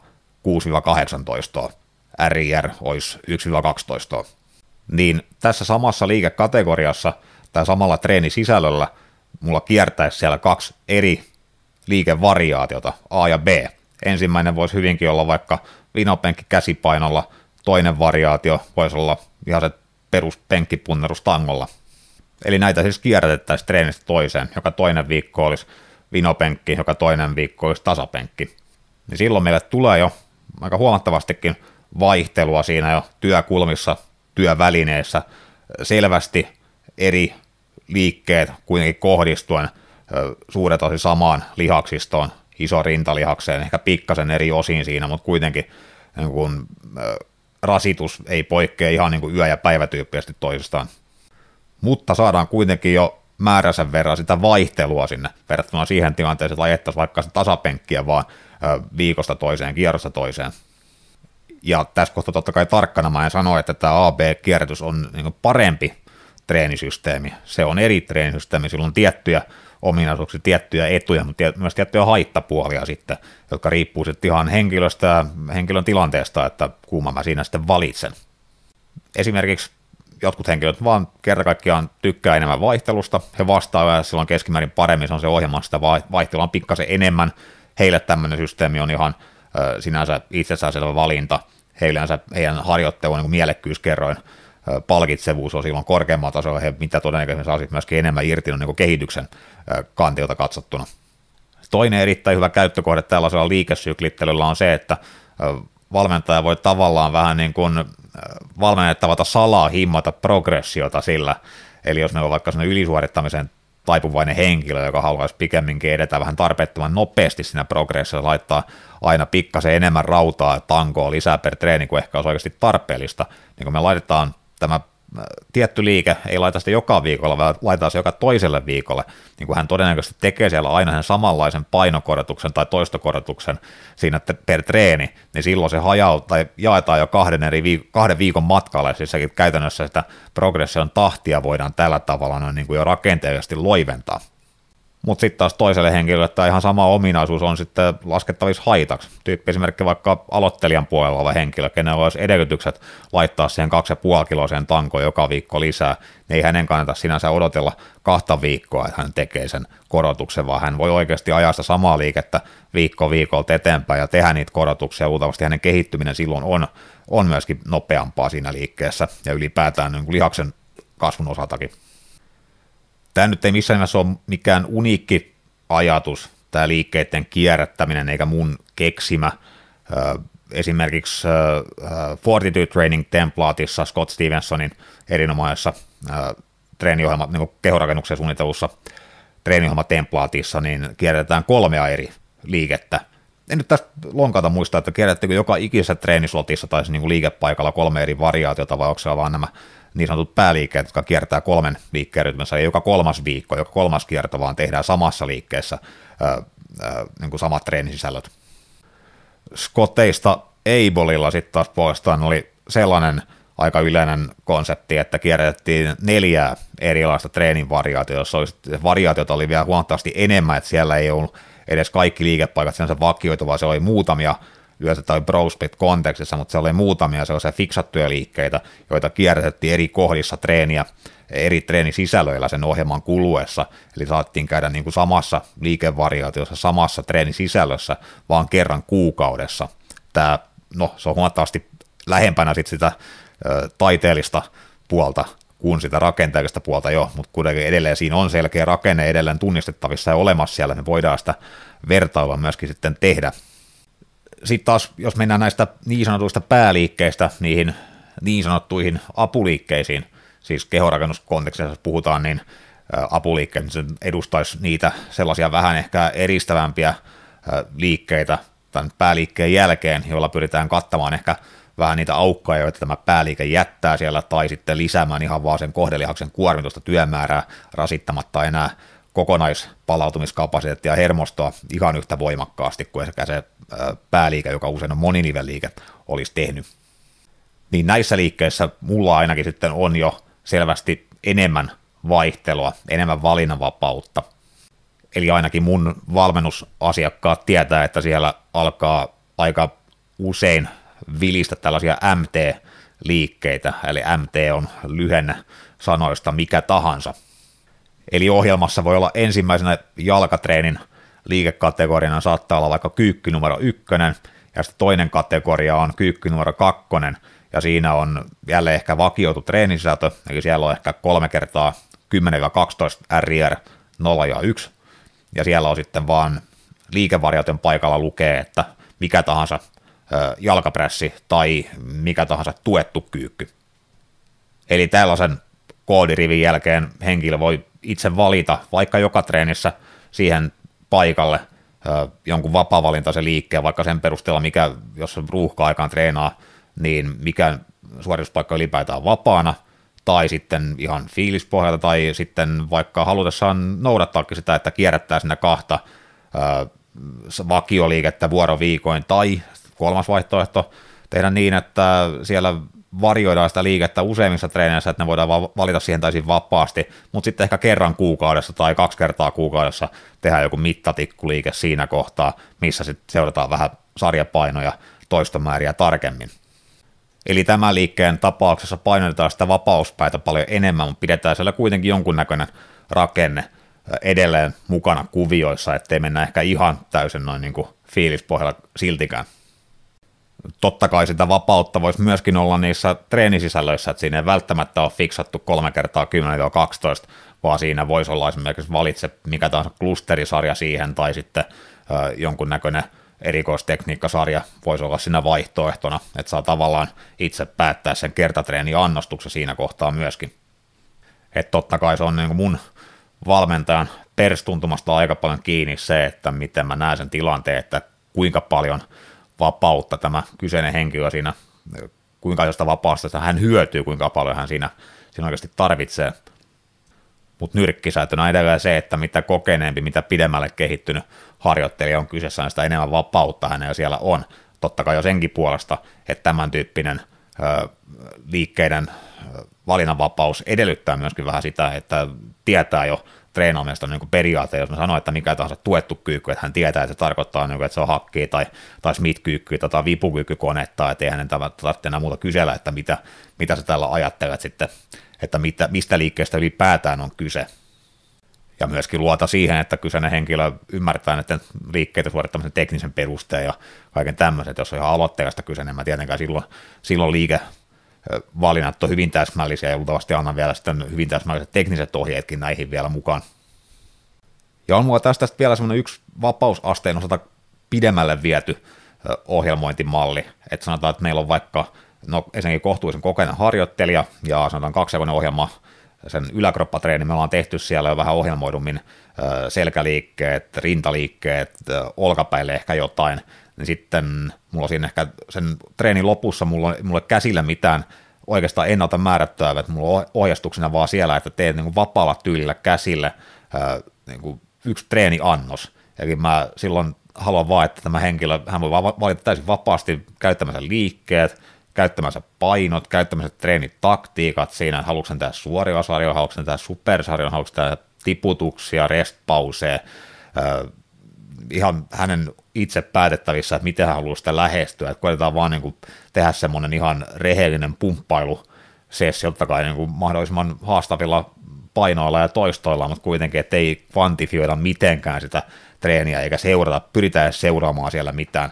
6-18, RIR olisi 1-12. Niin tässä samassa liikekategoriassa tai samalla treenisisällöllä mulla kiertäisi siellä 2 eri liikevariaatiota, A ja B. Ensimmäinen voisi hyvinkin olla vaikka vinopenkki käsipainolla, toinen variaatio voisi olla ihan se peruspenkkipunnerus tangolla. Eli näitä siis kierrätettäisiin treenistä toiseen, joka toinen viikko olisi vinopenkki, joka toinen viikko olisi tasapenkki. Niin silloin meille tulee jo aika huomattavastikin vaihtelua siinä jo työkulmissa, työvälineissä, selvästi eri liikkeet kuitenkin kohdistuen suuret osin samaan lihaksistoon, iso rintalihakseen, ehkä pikkasen eri osiin siinä, mutta kuitenkin niin kun, rasitus ei poikkea ihan niin kuin yö- ja päivätyyppisesti toisistaan. Mutta saadaan kuitenkin jo määräisen verran sitä vaihtelua sinne verrattuna siihen tilanteeseen, että ajettaisiin vaikka tasapenkkiä vaan viikosta toiseen, kierrosta toiseen. Ja tässä kohtaa totta kai tarkkana mä en sano, että tämä AB-kierrätys on niin kuin parempi treenisysteemi. Se on eri treenisysteemi, sillä on tiettyjä ominaisuuksia, tiettyjä etuja, mutta myös tiettyjä haittapuolia sitten, jotka riippuu sitten ihan henkilöstä ja henkilön tilanteesta, että kumman mä siinä sitten valitsen. Esimerkiksi jotkut henkilöt vaan kerta kaikkiaan tykkää enemmän vaihtelusta, he vastaavat ja silloin keskimäärin paremmin, se on se ohjelma, sitä vaihtelua on pikkasen enemmän, heille tämmöinen systeemi on ihan sinänsä itsestäänselvä valinta, heidän harjoittelun niin mielekkyyskerroin, palkitsevuus on silloin korkeammalla tasolla, he mitä todennäköisesti saa myöskin enemmän irti niin kehityksen kantilta katsottuna. Toinen erittäin hyvä käyttökohde tällaisella liikesyklittelöllä on se, että valmentaja voi tavallaan vähän niin kuin valmennettavalta salaa himmata progressiota sillä, eli jos meillä on vaikka sellainen ylisuorittamiseen taipuvainen henkilö, joka haluaisi pikemminkin edetä vähän tarpeettoman nopeasti siinä progressiossa, laittaa aina pikkasen enemmän rautaa tankoa lisää per treeni kuin ehkä olisi oikeasti tarpeellista, niin kun me laitetaan tämä tietty liike, ei laita sitä joka viikolla, vaan laitetaan se joka toiselle viikolle, niin kuin hän todennäköisesti tekee siellä aina sen samanlaisen painokorotuksen tai toistokorotuksen siinä per treeni, niin silloin se jaetaan jo kahden viikon matkalle, siis sekin käytännössä sitä progression tahtia voidaan tällä tavalla noin niin kuin jo rakenteellisesti loiventaa. Mutta sitten taas toiselle henkilölle tämä ihan sama ominaisuus on sitten laskettavissa haitaksi. Tyyppi esimerkiksi vaikka aloittelijan puolella oleva henkilö, kenellä olisi edellytykset laittaa siihen 2,5-kiloiseen tankoon joka viikko lisää, niin ei hänen kannata sinänsä odotella 2 viikkoa, että hän tekee sen korotuksen, vaan hän voi oikeasti ajaa sitä samaa liikettä viikko viikolta eteenpäin ja tehdä niitä korotuksia. Luultavasti hänen kehittyminen silloin on myöskin nopeampaa siinä liikkeessä ja ylipäätään niin kuin lihaksen kasvun osaltakin. Tämä nyt ei missään nimessä ole mikään uniikki ajatus, tämä liikkeiden kierrättäminen, eikä mun keksimä. Esimerkiksi Fortitude Training templaatissa Scott Stevensonin erinomaisessa treeniohjelma, niin kehorakennuksen suunnitelussa treeniohjelmatemplaatissa, niin kierrätetään 3 eri liikettä. En nyt tästä lonkata muista, että kierrättekö joka ikisessä treenislotissa tai niin kuin liikepaikalla 3 eri variaatiota, vai onko se vaan nämä niin sanotut pääliikkeet, jotka kiertää 3 liikkeen rytmässä, ei joka 3. viikko, joka 3. kierto, vaan tehdään samassa liikkeessä niin kuin samat treenisisällöt. Scotteista Ableilla sitten taas puolestaan oli sellainen aika yleinen konsepti, että kierrätettiin 4 erilaista treenin variaatiota, jossa variaatiota oli vielä huomattavasti enemmän, että siellä ei ollut edes kaikki liikepaikat sinänsä vakioitu, vaan se oli muutamia yleensä tai Pro Split kontekstissa, mutta se oli muutamia sellaisia fiksattuja liikkeitä, joita kierrätettiin eri kohdissa treeniä, eri treenisisällöillä sen ohjelman kuluessa, eli saattiin käydä niin kuin samassa liikevariaatiossa, samassa treenisisällössä, vaan kerran kuukaudessa. Se on huomattavasti lähempänä sitä taiteellista puolta kuin sitä rakenteellista puolta jo, mutta kuitenkin edelleen siinä on selkeä rakenne edelleen tunnistettavissa ja olemassa siellä, me voidaan sitä vertailua myöskin sitten tehdä. Sitten taas, jos mennään näistä niin sanotuista pääliikkeistä niihin niin sanottuihin apuliikkeisiin, siis kehorakennuskontekstissa jos puhutaan, niin apuliikkeet, niin se edustaisi niitä sellaisia vähän ehkä eristävämpiä liikkeitä tämän pääliikkeen jälkeen, joilla pyritään kattamaan ehkä vähän niitä aukkoja, joita tämä pääliike jättää siellä, tai sitten lisäämään ihan vaan sen kohdelihaksen kuormitusta työmäärää rasittamatta enää kokonaispalautumiskapasiteettia ja hermostoa ihan yhtä voimakkaasti kuin ehkä se pääliike, joka usein on moninivelliike, olisi tehnyt. Niin näissä liikkeissä mulla ainakin sitten on jo selvästi enemmän vaihtelua, enemmän valinnanvapautta. Eli ainakin mun valmennusasiakkaat tietää, että siellä alkaa aika usein vilistä tällaisia MT-liikkeitä, eli MT on lyhenne sanoista mikä tahansa. Eli ohjelmassa voi olla ensimmäisenä jalkatreenin liikekategoriana saattaa olla vaikka kyykky numero 1, ja sitten toinen kategoria on kyykky numero 2, ja siinä on jälleen ehkä vakioitu treenisisältö, eli siellä on ehkä 3 kertaa 10-12 RIR 0 ja 1, ja siellä on sitten vaan liikevariaation paikalla lukee, että mikä tahansa jalkaprässi tai mikä tahansa tuettu kyykky. Eli tällaisen koodirivin jälkeen henkilö voi itse valita vaikka joka treenissä siihen paikalle jonkun vapaa-valintaisen liikkeen, vaikka sen perusteella, mikä, jos ruuhka-aikaan treenaa, niin mikä suorituspaikka ylipäätään vapaana, tai sitten ihan fiilispohjalta, tai sitten vaikka halutessaan noudattaakin sitä, että kierrättää sinne 2 vakioliikettä vuoroviikoin, tai 3. vaihtoehto tehdä niin, että siellä varioidaan sitä liikettä useimmissa treeneissä, että ne voidaan valita siihen täysin vapaasti, mutta sitten ehkä kerran kuukaudessa tai 2 kertaa kuukaudessa tehdään joku mittatikkuliike siinä kohtaa, missä sitten seurataan vähän sarjapainoja toistomääriä tarkemmin. Eli tämän liikkeen tapauksessa painotetaan sitä vapauspäätä paljon enemmän, mutta pidetään siellä kuitenkin jonkunnäköinen rakenne edelleen mukana kuvioissa, ettei mennä ehkä ihan täysin noin niin kuin fiilispohjalla siltikään. Totta kai sitä vapautta voisi myöskin olla niissä treenisisällöissä, että siinä ei välttämättä ole fiksattu 3 kertaa 10-12, vaan siinä voisi olla esimerkiksi valitse mikä tahansa klusterisarja siihen, tai sitten jonkunnäköinen erikoistekniikkasarja voisi olla siinä vaihtoehtona, että saa tavallaan itse päättää sen kertatreeni-annostuksen siinä kohtaa myöskin. Että totta kai se on niin kuin mun valmentajan perstuntumasta aika paljon kiinni se, että miten mä näen sen tilanteen, että kuinka paljon vapautta tämä kyseinen henkilö siinä kuinka josta vapaasta hän hyötyy, kuinka paljon hän siinä oikeasti tarvitsee. Mutta nyrkkisäätönä edelleen se, että mitä kokeneempi, mitä pidemmälle kehittynyt harjoittelija on kyseessä, niin sitä enemmän vapautta hänellä siellä on. Totta kai jo senkin puolesta, että tämän tyyppinen liikkeiden valinnanvapaus edellyttää myöskin vähän sitä, että tietää jo treenaamista niin periaate, jos mä sanon, että mikä tahansa tuettu kyykky, että hän tietää, että se tarkoittaa, että se on hakkia tai smith-kyykky tai vipukyykkykonetta, että ei hänen tarvitse enää muuta kysellä, että mitä sä tällä ajattelet sitten, että mistä liikkeestä ylipäätään on kyse. Ja myöskin luota siihen, että kyseinen henkilö ymmärtää näiden liikkeitä suorittamisen teknisen perusteen ja kaiken tämmöiset. Jos on ihan aloitteesta kyse, niin mä tietenkään silloin liikevalinnat on hyvin täsmällisiä ja luultavasti annan vielä sitten hyvin täsmälliset tekniset ohjeetkin näihin vielä mukaan. Ja on mulla tästä vielä semmoinen yksi vapausasteen osalta pidemmälle viety ohjelmointimalli, että sanotaan, että meillä on vaikka ensinnäkin kohtuullisen kokeinen harjoittelija ja sanotaan kaksijakoinen ohjelma, sen yläkroppatreeni me ollaan tehty siellä jo vähän ohjelmoidummin selkäliikkeet, rintaliikkeet, olkapäille ehkä jotain, niin sitten mulla on siinä ehkä sen treenin lopussa mulla käsillä mitään oikeastaan ennalta määrättyä, että mulla on ohjastuksena vaan siellä, että teet niin kuin vapaalla tyylillä käsille niin kuin yksi treeniannos, eli mä silloin haluan vaan, että tämä henkilö, hän voi valita täysin vapaasti käyttämänsä liikkeet, käyttämänsä painot, käyttämänsä treenitaktiikat siinä, että haluatko hän tehdä suoria sarjoja, haluatko hän tehdä supersarjoja, haluatko tehdä tiputuksia, restpauseja, ihan hänen itse päätettävissä, että miten hän haluaa sitä lähestyä, että koetetaan vaan niin kuin tehdä semmoinen ihan rehellinen pumppailusessio, totta kai niin kuin mahdollisimman haastavilla painoilla ja toistoilla, mutta kuitenkin, että ei kvantifioida mitenkään sitä treeniä, eikä pyritään seuraamaan siellä mitään.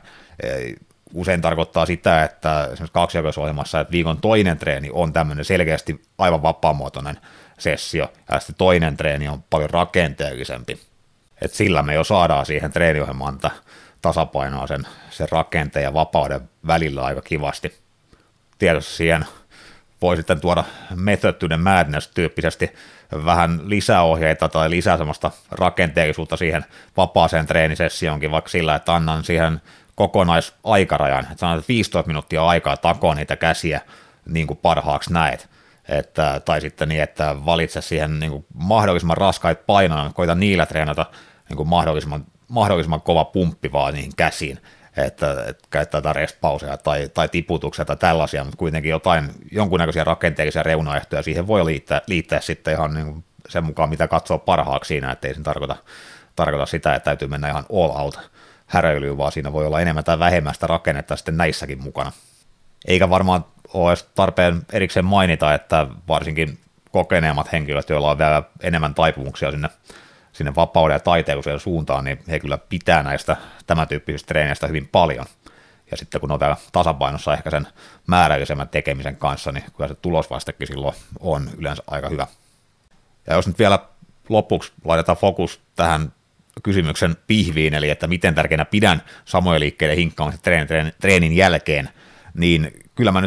Usein tarkoittaa sitä, että esimerkiksi kaksijakoisohjelmassa, että viikon toinen treeni on tämmöinen selkeästi aivan vapaamuotoinen sessio, ja sitten toinen treeni on paljon rakenteellisempi. Et sillä me jo saadaan siihen treeniohjelmaan tasapainoa sen rakenteen ja vapauden välillä aika kivasti. Tietysti siihen voi sitten tuoda method to the madness-tyyppisesti vähän lisäohjeita tai lisää semmoista rakenteellisuutta siihen vapaaseen treenisessioonkin, vaikka sillä, että annan siihen kokonaisaikarajan, että sanotaan, että 15 minuuttia aikaa takoa niitä käsiä niin kuin parhaaksi näet, tai sitten niin, että valitse siihen niin kuin mahdollisimman raskaita painoja, koita niillä treenata niin kuin mahdollisimman kova pumppi vaan niihin käsiin, että käyttää jotain restpauseja tai tiputuksia tai tällaisia, mutta kuitenkin jonkunnäköisiä rakenteellisia reunaehtoja siihen voi liittää sitten ihan niin kuin sen mukaan, mitä katsoo parhaaksi siinä, ettei sen tarkoita sitä, että täytyy mennä ihan all out häröilyyn, vaan siinä voi olla enemmän tai vähemmän sitä rakennetta sitten näissäkin mukana. Eikä varmaan ole edes tarpeen erikseen mainita, että varsinkin kokeneemmat henkilöt, joilla on vielä enemmän taipumuksia sinne vapauden ja taiteellisuuden suuntaan, niin he kyllä pitää näistä tämän tyyppisistä treeneistä hyvin paljon. Ja sitten kun on vielä tasapainossa ehkä sen määrällisemmän tekemisen kanssa, niin kyllä se tulosvastekin silloin on yleensä aika hyvä. Ja jos nyt vielä lopuksi laitetaan fokus tähän kysymyksen pihviin, eli että miten tärkeänä pidän samoja liikkeiden hinkkaamista treenin jälkeen, niin kyllä mä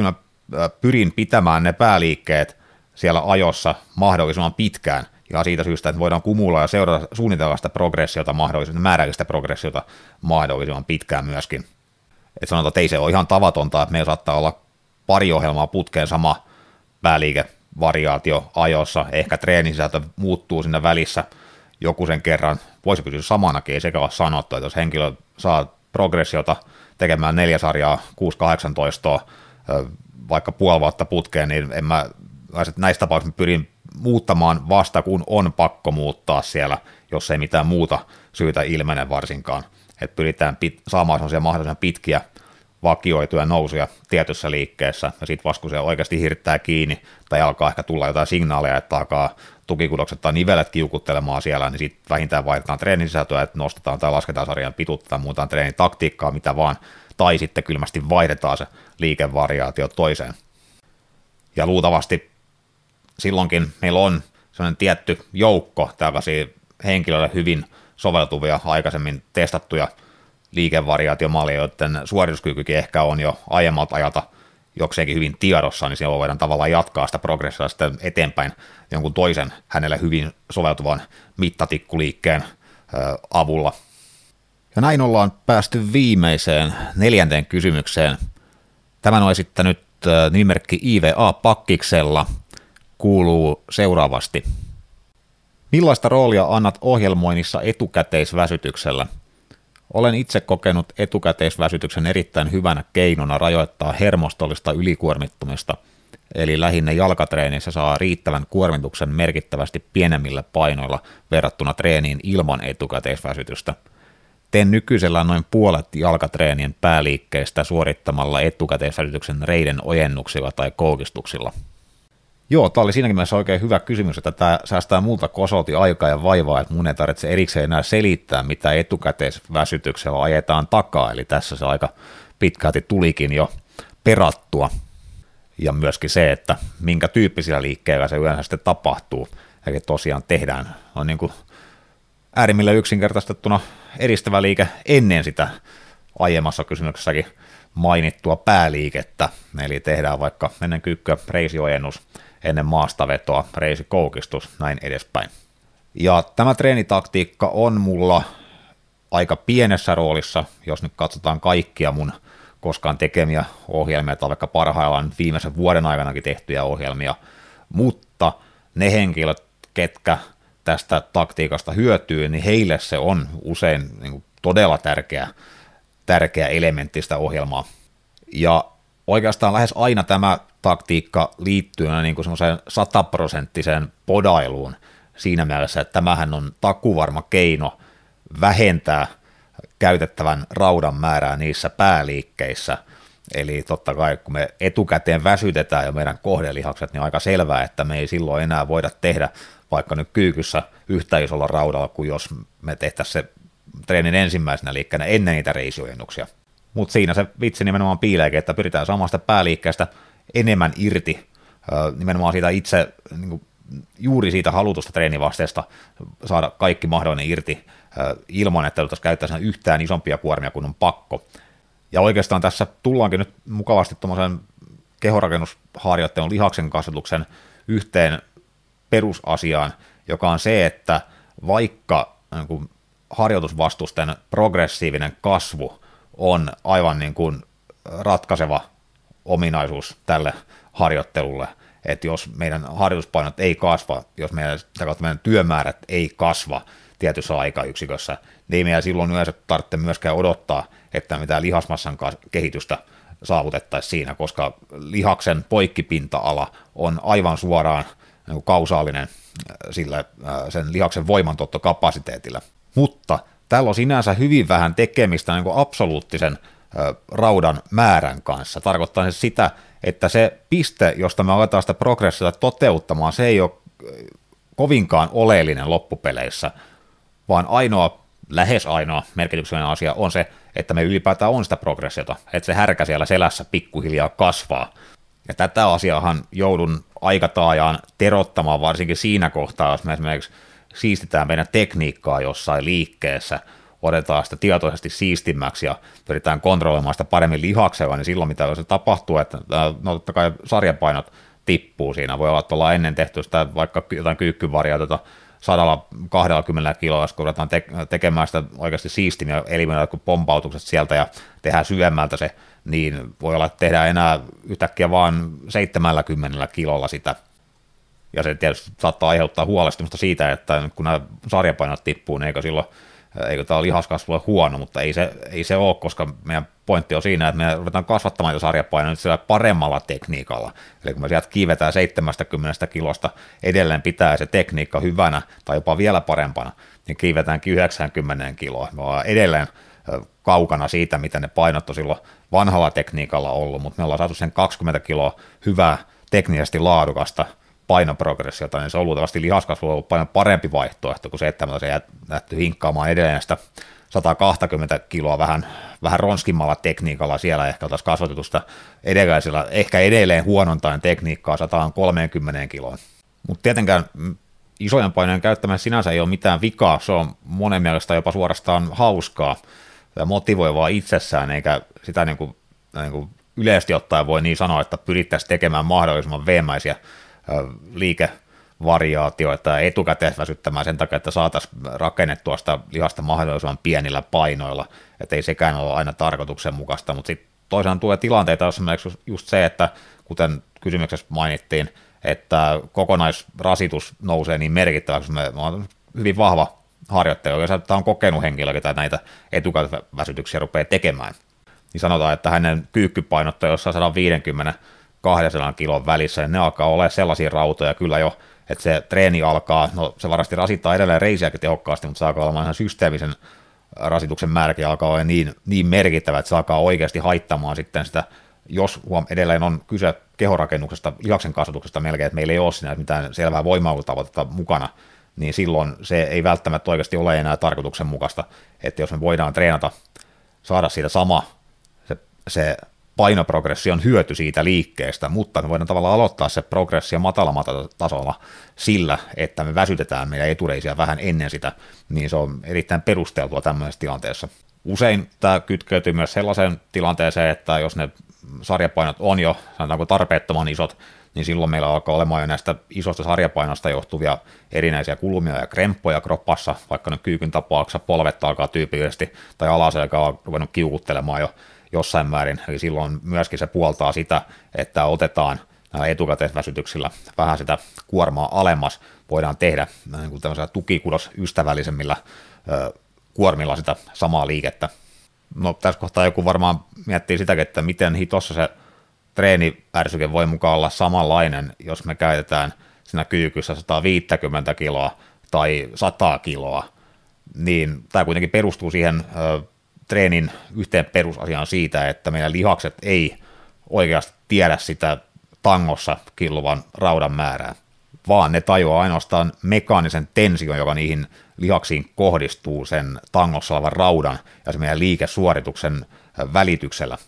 pyrin pitämään ne pääliikkeet siellä ajossa mahdollisimman pitkään, ja siitä syystä, että voidaan kumuloida ja seurata suunnitella sitä progressiota määrällistä progressiota mahdollisimman pitkään myöskin. Että sanotaan, että ei se ole ihan tavatonta, että meillä saattaa olla pari ohjelmaa putkeen sama pääliikevariaatio ajossa, ehkä treenisisältö muuttuu siinä välissä joku sen kerran, voisi pysyä samanakin, ei sekä ole sanottu, että jos henkilö saa progressiota tekemään 4 sarjaa 6-18 vaikka puoli vuotta putkeen, niin näissä tapauksissa pyrin muuttamaan vasta, kun on pakko muuttaa siellä, jos ei mitään muuta syytä ilmene varsinkaan. Että pyritään saamaan sellaisia mahdollisimman pitkiä vakioituja nousuja tietyssä liikkeessä, ja sitten vasta kun se oikeasti hirttää kiinni, tai alkaa ehkä tulla jotain signaaleja, että alkaa tukikudokset tai nivelet kiukuttelemaan siellä, niin sitten vähintään vaihdetaan treenisisältöä, että nostetaan tai lasketaan sarjan pituutta tai muutaan treenitaktiikkaa, mitä vaan, tai sitten kylmästi vaihdetaan se liikevariaatio toiseen. Ja luultavasti silloinkin meillä on sellainen tietty joukko tällaisia henkilöille hyvin soveltuvia, aikaisemmin testattuja liikevariaatiomalleja, joiden suorituskykykin ehkä on jo aiemmalta ajalta jokseenkin hyvin tiedossa, niin siellä voidaan tavallaan jatkaa sitä progressia sitten eteenpäin jonkun toisen hänelle hyvin soveltuvan mittatikkuliikkeen avulla. Ja näin ollaan päästy viimeiseen 4. kysymykseen. Tämän on esittänyt nimimerkki IVA Pakkiksella kuuluu seuraavasti. Millaista roolia annat ohjelmoinnissa etukäteisväsytyksellä? Olen itse kokenut etukäteisväsytyksen erittäin hyvänä keinona rajoittaa hermostollista ylikuormittumista, eli lähinnä jalkatreenissä saa riittävän kuormituksen merkittävästi pienemmillä painoilla verrattuna treeniin ilman etukäteisväsytystä. Teen nykyisellään noin puolet jalkatreenien pääliikkeistä suorittamalla etukäteisväsytyksen reiden ojennuksilla tai koukistuksilla. Joo, tämä oli siinäkin mielessä oikein hyvä kysymys, että tämä säästää multa kosolti aikaa ja vaivaa, että mun ei tarvitse erikseen enää selittää, mitä etukäteisväsytyksellä ajetaan takaa, eli tässä se aika pitkälti tulikin jo perattua. Ja myöskin se, että minkä tyyppisillä liikkeillä se yleensä sitten tapahtuu, eli tosiaan tehdään on niin kuin äärimmillä yksinkertaistettuna edistävä liike ennen sitä aiemmassa kysymyksessäkin mainittua pääliikettä, eli tehdään vaikka ennen kyykkyä reisiojennus, ennen maastavetoa, reisikoukistus, näin edespäin. Ja tämä treenitaktiikka on mulla aika pienessä roolissa, jos nyt katsotaan kaikkia mun koskaan tekemiä ohjelmia, tai vaikka parhaillaan viimeisen vuoden aikanakin tehtyjä ohjelmia, mutta ne henkilöt, ketkä tästä taktiikasta hyötyy, niin heille se on usein niin kuin todella tärkeä elementti sitä ohjelmaa. Ja oikeastaan lähes aina tämä taktiikka liittyy niin kuin semmoiseen 100% podailuun siinä mielessä, että tämähän on takuvarma keino vähentää käytettävän raudan määrää niissä pääliikkeissä. Eli totta kai, kun me etukäteen väsytetään jo meidän kohdelihakset, niin on aika selvää, että me ei silloin enää voida tehdä vaikka nyt kyykyssä yhtä isolla raudalla, kuin jos me tehtäisiin se treenin ensimmäisenä liikkeenä ennen niitä reisiojennuksia. Mutta siinä se vitsi nimenomaan piileekin, että pyritään samasta pääliikkeestä enemmän irti, nimenomaan siitä itse, niin kuin, juuri siitä halutusta treenivasteesta saada kaikki mahdollinen irti ilman, että käyttäisiin yhtään isompia kuormia kuin on pakko. Ja oikeastaan tässä tullaankin nyt mukavasti tuommoisen kehorakennusharjoittelun lihaksen kasvatuksen yhteen perusasiaan, joka on se, että vaikka niin kuin harjoitusvastusten progressiivinen kasvu on aivan niin kuin ratkaiseva ominaisuus tälle harjoittelulle, että jos meidän harjoituspainot ei kasva, jos meidän työmäärät ei kasva tietyssä aikayksikössä, niin meidän silloin yleensä tarvitse myöskään odottaa, että mitään lihasmassan kehitystä saavutettaisiin siinä, koska lihaksen poikkipinta-ala on aivan suoraan niin kausaalinen sillä sen lihaksen voimantuottokapasiteetillä. Mutta täällä on sinänsä hyvin vähän tekemistä niin kuin absoluuttisen raudan määrän kanssa. Tarkoittaa se sitä, että se piste, josta me aletaan sitä progressiota toteuttamaan, se ei ole kovinkaan oleellinen loppupeleissä, vaan lähes ainoa merkityksellinen asia on se, että me ylipäätään on sitä progressiota, että se härkä siellä selässä pikkuhiljaa kasvaa. Ja tätä asiaahan joudun aika taajaan terottamaan varsinkin siinä kohtaa, jos me esimerkiksi siistitään meidän tekniikkaa jossain liikkeessä, otetaan sitä tietoisesti siistimmäksi ja pyritään kontrolloimaan sitä paremmin lihaksella, niin silloin mitä se tapahtuu, että no totta kai sarjapainot tippuu siinä. Voi olla, että ollaan ennen tehty sitä vaikka jotain kyykkyvarjaa 120 kiloa, kun ruvetaan tekemään sitä oikeasti siistimiä, eliminoida jotkut pompautukset sieltä ja tehdään syvemmältä se, niin voi olla, että tehdään enää yhtäkkiä vaan 70 kilolla sitä. Ja se tietysti saattaa aiheuttaa huolestumista siitä, että kun nämä sarjapainot tippuu, niin eikö tämä lihaskasvu ole huono, mutta ei se ole, koska meidän pointti on siinä, että me ruvetaan kasvattamaan jo sarjapainoa nyt sillä paremmalla tekniikalla. Eli kun me sieltä kiivetään 70 kilosta, edelleen pitää se tekniikka hyvänä tai jopa vielä parempana, niin kiivetäänkin 90 kiloa. Me ollaan edelleen kaukana siitä, mitä ne painot on silloin vanhalla tekniikalla ollut, mutta me ollaan saatu sen 20 kiloa hyvää teknisesti laadukasta painoprogressiota, niin se on luultavasti lihaskasvu ollut paljon parempi vaihtoehto kuin se, että me ollaan lähty hinkkaamaan edelleen sitä 120 kiloa vähän ronskimmalla tekniikalla siellä, ehkä oltaisiin kasvatettu sitä ehkä edelleen huonontain tekniikkaa 130 kiloon. Mutta tietenkään isojen painojen käyttäminen sinänsä ei ole mitään vikaa, se on monen mielestä jopa suorastaan hauskaa ja motivoivaa itsessään, eikä sitä niin kuin yleisesti ottaen voi niin sanoa, että pyrittäisiin tekemään mahdollisimman veemäisiä liikevariaatioita ja etukäteisväsyttämään sen takia, että saataisiin rakennettua sitä lihasta mahdollisimman pienillä painoilla, että ei sekään ole aina tarkoituksenmukaista, mutta sitten toisaalta tulee tilanteita, jossa just se, että kuten kysymyksessä mainittiin, että kokonaisrasitus nousee niin merkittäväksi, me on hyvin vahva harjoittelija, jos tämä on kokenut henkilö, ketä näitä etukäteisväsytyksiä rupeaa tekemään, niin sanotaan, että hänen kyykkypainot on jossain 150-200 kilon välissä, ja ne alkaa olla sellaisia rautoja kyllä jo, että se treeni alkaa, no se varmasti rasittaa edelleen reisiäkin tehokkaasti, mutta se alkaa olla ihan systeemisen rasituksen määräkin alkaa olla niin merkittävä, että se alkaa oikeasti haittamaan sitten sitä, jos edelleen on kyse kehorakennuksesta, lihaksen kasvatuksesta melkein, että meillä ei ole siinä mitään selvää voimailutavoitetta mukana, niin silloin se ei välttämättä oikeasti ole enää tarkoituksenmukaista, että jos me voidaan treenata, saada siitä sama se painoprogression hyöty siitä liikkeestä, mutta me voidaan tavallaan aloittaa se progressio matalammalla tasolla sillä, että me väsytetään meidän etureisiä vähän ennen sitä, niin se on erittäin perusteltua tämmöisessä tilanteessa. Usein tämä kytkeytyy myös sellaiseen tilanteeseen, että jos ne sarjapainot on jo, sanotaanko tarpeettoman isot, niin silloin meillä alkaa olemaan jo näistä isosta sarjapainosta johtuvia erinäisiä kulmia ja kremppoja kroppassa, vaikka nyt kyykyn tapauksessa polvet alkaa tyypillisesti, tai alaselkä on ruvennut kiukuttelemaan jo jossain määrin, eli silloin myöskin se puoltaa sitä, että otetaan näillä etukäteisväsytyksillä vähän sitä kuormaa alemmas, voidaan tehdä niin kuin tämmöisellä tukikudosystävällisemmillä kuormilla sitä samaa liikettä. No tässä kohtaa joku varmaan miettii sitäkin, että miten hitossa se treeniärsyke voi mukaan olla samanlainen, jos me käytetään siinä kyykyssä 150 kiloa tai 100 kiloa, niin tämä kuitenkin perustuu siihen treenin yhteen perusasiaan siitä, että meidän lihakset ei oikeasti tiedä sitä tangossa killuvan raudan määrää, vaan ne tajuaa ainoastaan mekaanisen tension, joka niihin lihaksiin kohdistuu sen tangossa olevan raudan ja se meidän liikesuorituksen välityksellä.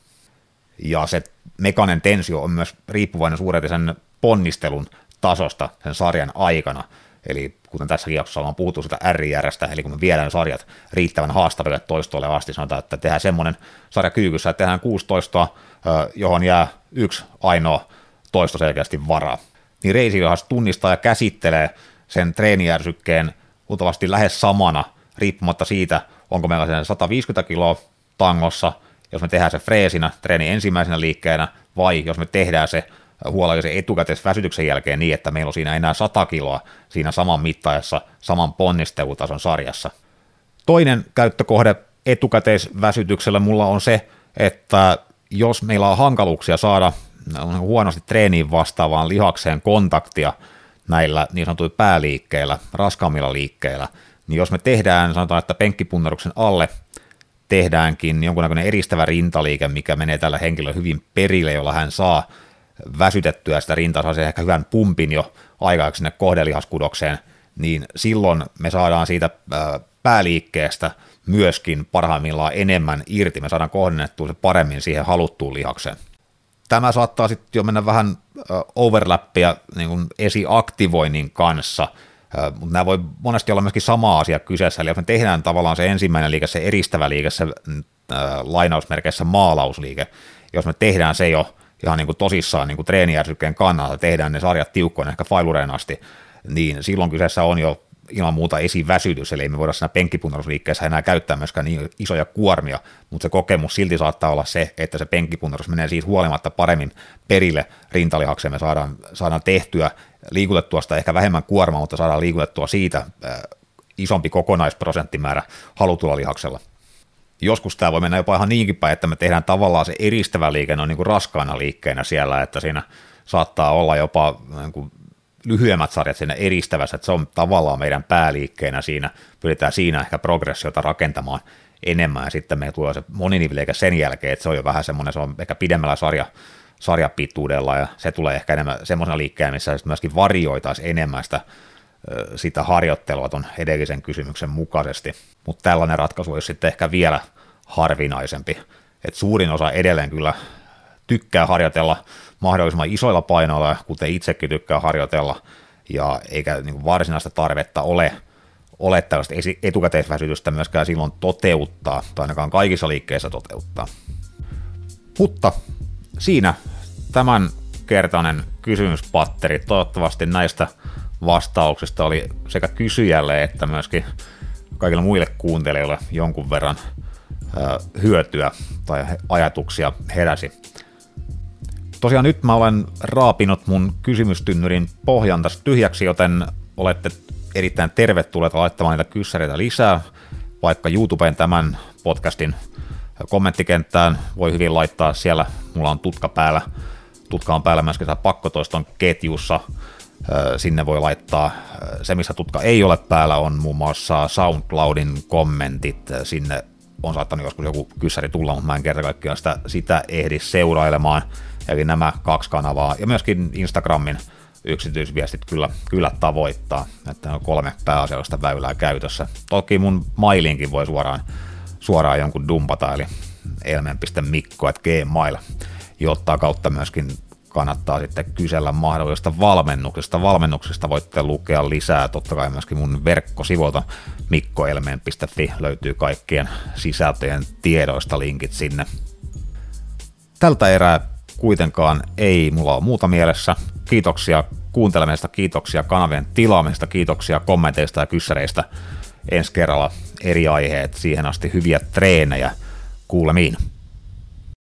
Ja se mekaaninen tensio on myös riippuvainen suurelti sen ponnistelun tasosta sen sarjan aikana. Eli kuten tässä jaksossa on puhuttu sitä RIRstä, eli kun me viedään sarjat riittävän haastaville toistoille asti, sanotaan, että tehdään semmoinen sarja kyykyssä, että tehdään 6 toistoa, johon jää 1 ainoa toisto selkeästi varaa. Niin reisilihas tunnistaa ja käsittelee sen treenijärsykkeen luultavasti lähes samana, riippumatta siitä, onko meillä sen 150 kiloa tangossa, jos me tehdään se freesinä, treenin ensimmäisenä liikkeenä, vai jos me tehdään se huolellisen etukäteisväsytyksen jälkeen niin, että meillä on siinä enää 100 kiloa siinä saman mittaisessa, saman ponnistelutason sarjassa. Toinen käyttökohde etukäteisväsytyksellä mulla on se, että jos meillä on hankaluuksia saada huonosti treeniin vastaavaan lihakseen kontaktia näillä niin sanotuilla pääliikkeillä, raskaammilla liikkeillä, niin jos me tehdään, sanotaan, että penkkipunneruksen alle tehdäänkin jonkunnäköinen eristävä rintaliike, mikä menee tällä henkilöllä hyvin perille, jolla hän saa väsytettyä sitä rintaa, saa ehkä hyvän pumpin jo aikaa sinne kohdelihaskudokseen, niin silloin me saadaan siitä pääliikkeestä myöskin parhaimmillaan enemmän irti, me saadaan kohdennettua se paremmin siihen haluttuun lihakseen. Tämä saattaa sitten jo mennä vähän overlappia niin kuin esiaktivoinnin kanssa, mutta nämä voi monesti olla myöskin sama asia kyseessä, eli jos me tehdään tavallaan se ensimmäinen liike, se eristävä liike, se lainausmerkeissä maalausliike, jos me tehdään se jo ihan niin kuin tosissaan niin kuin treenijärsykkeen kannalta, tehdään ne sarjat tiukkoina ehkä failureen asti, niin silloin kyseessä on jo ilman muuta esiväsytys, eli ei me voida siinä penkkipunnerusliikkeessä enää käyttää myöskään niin isoja kuormia, mutta se kokemus silti saattaa olla se, että se penkkipunnerus menee siis huolimatta paremmin perille rintalihakseen, me saadaan tehtyä, liikutettua sitä ehkä vähemmän kuormaa, mutta saadaan liikutettua siitä isompi kokonaisprosenttimäärä halutulla lihaksella. Joskus tämä voi mennä jopa ihan niinkin päin, että me tehdään tavallaan se eristävä liike on niin kuin raskaana liikkeenä siellä, että siinä saattaa olla jopa niin kuin lyhyemmät sarjat siinä eristävässä, että se on tavallaan meidän pääliikkeenä siinä, pyritään siinä ehkä progressiota rakentamaan enemmän, ja sitten meillä tulee se moninivelliike sen jälkeen, että se on jo vähän semmoinen, se on ehkä pidemmällä sarjapituudella, ja se tulee ehkä enemmän semmoisena liikkeenä, missä myöskin varioitaisiin enemmän sitä harjoittelua tuon edellisen kysymyksen mukaisesti, mutta tällainen ratkaisu olisi sitten ehkä vielä harvinaisempi, että suurin osa edelleen kyllä tykkää harjoitella mahdollisimman isoilla painoilla, kuten itsekin tykkää harjoitella, ja eikä niin kuin varsinaista tarvetta ole tällaista etukäteisväsytystä myöskään silloin toteuttaa, tai ainakaan kaikissa liikkeissä toteuttaa. Mutta siinä tämänkertainen kysymyspatteri. Toivottavasti näistä vastauksista oli sekä kysyjälle että myöskin kaikille muille kuuntelijoille jonkun verran hyötyä tai ajatuksia heräsi. Tosiaan nyt mä olen raapinut mun kysymystynnyrin pohjan tässä tyhjäksi, joten olette erittäin tervetulleita laittamaan niitä kyssäreitä lisää, vaikka YouTubeen tämän podcastin kommenttikenttään voi hyvin laittaa, siellä mulla on tutka on päällä myöskin pakkotoiston ketjussa, sinne voi laittaa, se missä tutka ei ole päällä on muun muassa SoundCloudin kommentit, sinne on saattanut joskus joku kyssäri tulla, mutta mä en kerta kaikkiaan sitä ehdi seurailemaan, eli nämä 2 kanavaa ja myöskin Instagramin yksityisviestit kyllä tavoittaa, että on 3 pääasiallista väylää käytössä. Toki mun mailiinkin voi suoraan jonkun dumpata, eli elmen.mikko@gmail, jota kautta myöskin kannattaa sitten kysellä mahdollisesta valmennuksesta. Valmennuksesta voitte lukea lisää, totta kai myöskin mun verkkosivuilta mikkoelmeen.fi löytyy kaikkien sisältöjen tiedoista linkit sinne. Tältä erää kuitenkaan ei mulla ole muuta mielessä. Kiitoksia kuuntelemisesta, kiitoksia kanavien tilaamisesta, kiitoksia kommenteista ja kyssäreistä. Ensi kerralla eri aiheet, siihen asti hyviä treenejä. Kuulemiin.